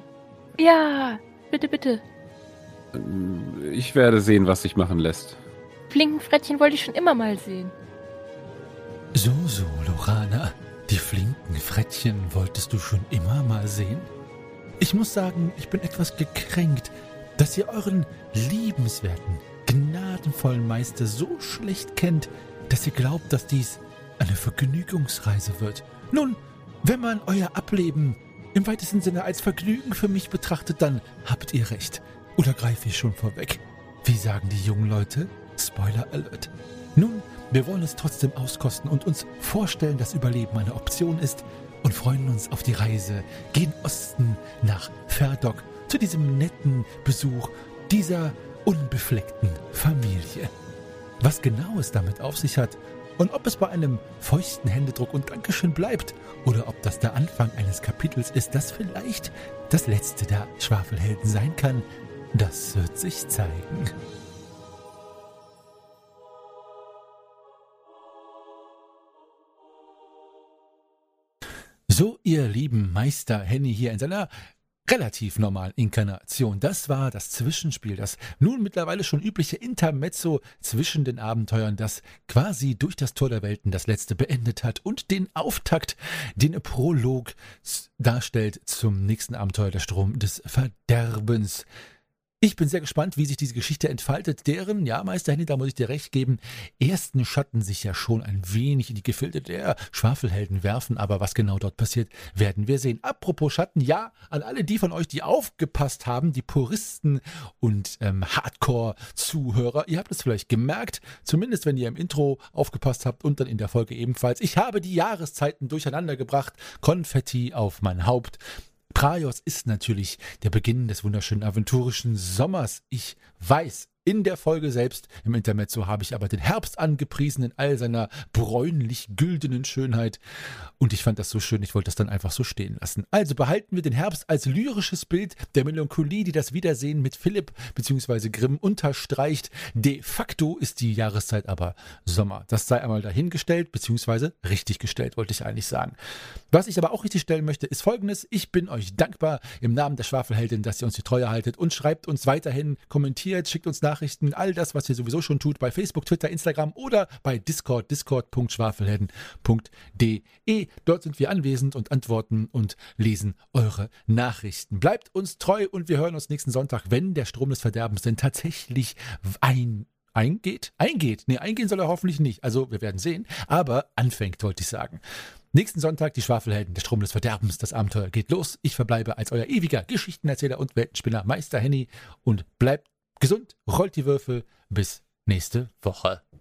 Ja, bitte, bitte. Ich werde sehen, was sich machen lässt. Flinkenfrettchen wollte ich schon immer mal sehen. So, so, Lorana. Die flinken Frettchen wolltest du schon immer mal sehen? Ich muss sagen, ich bin etwas gekränkt, dass ihr euren liebenswerten, gnadenvollen Meister so schlecht kennt, dass ihr glaubt, dass dies eine Vergnügungsreise wird. Nun, wenn man euer Ableben im weitesten Sinne als Vergnügen für mich betrachtet, dann habt ihr recht. Oder greife ich schon vorweg? Wie sagen die jungen Leute? Spoiler Alert. Nun, wir wollen es trotzdem auskosten und uns vorstellen, dass Überleben eine Option ist und freuen uns auf die Reise gen Osten nach Ferdok zu diesem netten Besuch dieser unbefleckten Familie. Was genau es damit auf sich hat Und ob es bei einem feuchten Händedruck und Dankeschön bleibt oder ob das der Anfang eines Kapitels ist, das vielleicht das letzte der Schwafelhelden sein kann, das wird sich zeigen. So, ihr lieben Meister Henny hier in seiner relativ normalen Inkarnation. Das war das Zwischenspiel, das nun mittlerweile schon übliche Intermezzo zwischen den Abenteuern, das quasi durch das Tor der Welten das letzte beendet hat und den Auftakt, den Prolog darstellt zum nächsten Abenteuer, der Strom des Verderbens. Ich bin sehr gespannt, wie sich diese Geschichte entfaltet, deren, ja, Meister Henny, da muss ich dir recht geben, ersten Schatten sich ja schon ein wenig in die Gefilde der Schwafelhelden werfen, aber was genau dort passiert, werden wir sehen. Apropos Schatten, ja, an alle die von euch, die aufgepasst haben, die Puristen und ähm, Hardcore-Zuhörer, ihr habt es vielleicht gemerkt, zumindest wenn ihr im Intro aufgepasst habt und dann in der Folge ebenfalls, ich habe die Jahreszeiten durcheinander gebracht, Konfetti auf mein Haupt. Praios ist natürlich der Beginn des wunderschönen aventurischen Sommers. Ich weiß, in der Folge selbst, im Intermezzo, habe ich aber den Herbst angepriesen in all seiner bräunlich-güldenen Schönheit. Und ich fand das so schön, ich wollte das dann einfach so stehen lassen. Also behalten wir den Herbst als lyrisches Bild der Melancholie, die das Wiedersehen mit Philipp bzw. Grimm unterstreicht. De facto ist die Jahreszeit aber Sommer. Das sei einmal dahingestellt, beziehungsweise richtig gestellt, wollte ich eigentlich sagen. Was ich aber auch richtig stellen möchte, ist Folgendes. Ich bin euch dankbar im Namen der Schwafelheldin, dass ihr uns die Treue haltet und schreibt uns weiterhin, kommentiert, schickt uns Nachrichten, all das, was ihr sowieso schon tut, bei Facebook, Twitter, Instagram oder bei Discord, discord punkt schwafelhelden punkt de. Dort sind wir anwesend und antworten und lesen eure Nachrichten. Bleibt uns treu und wir hören uns nächsten Sonntag, wenn der Strom des Verderbens denn tatsächlich ein eingeht? Eingeht? Nee, eingehen soll er hoffentlich nicht. Also wir werden sehen, aber anfängt, wollte ich sagen. Nächsten Sonntag die Schwafelhelden, der Strom des Verderbens, das Abenteuer geht los. Ich verbleibe als euer ewiger Geschichtenerzähler und Weltenspinner Meister Henny und bleibt gesund, rollt die Würfel, bis nächste Woche.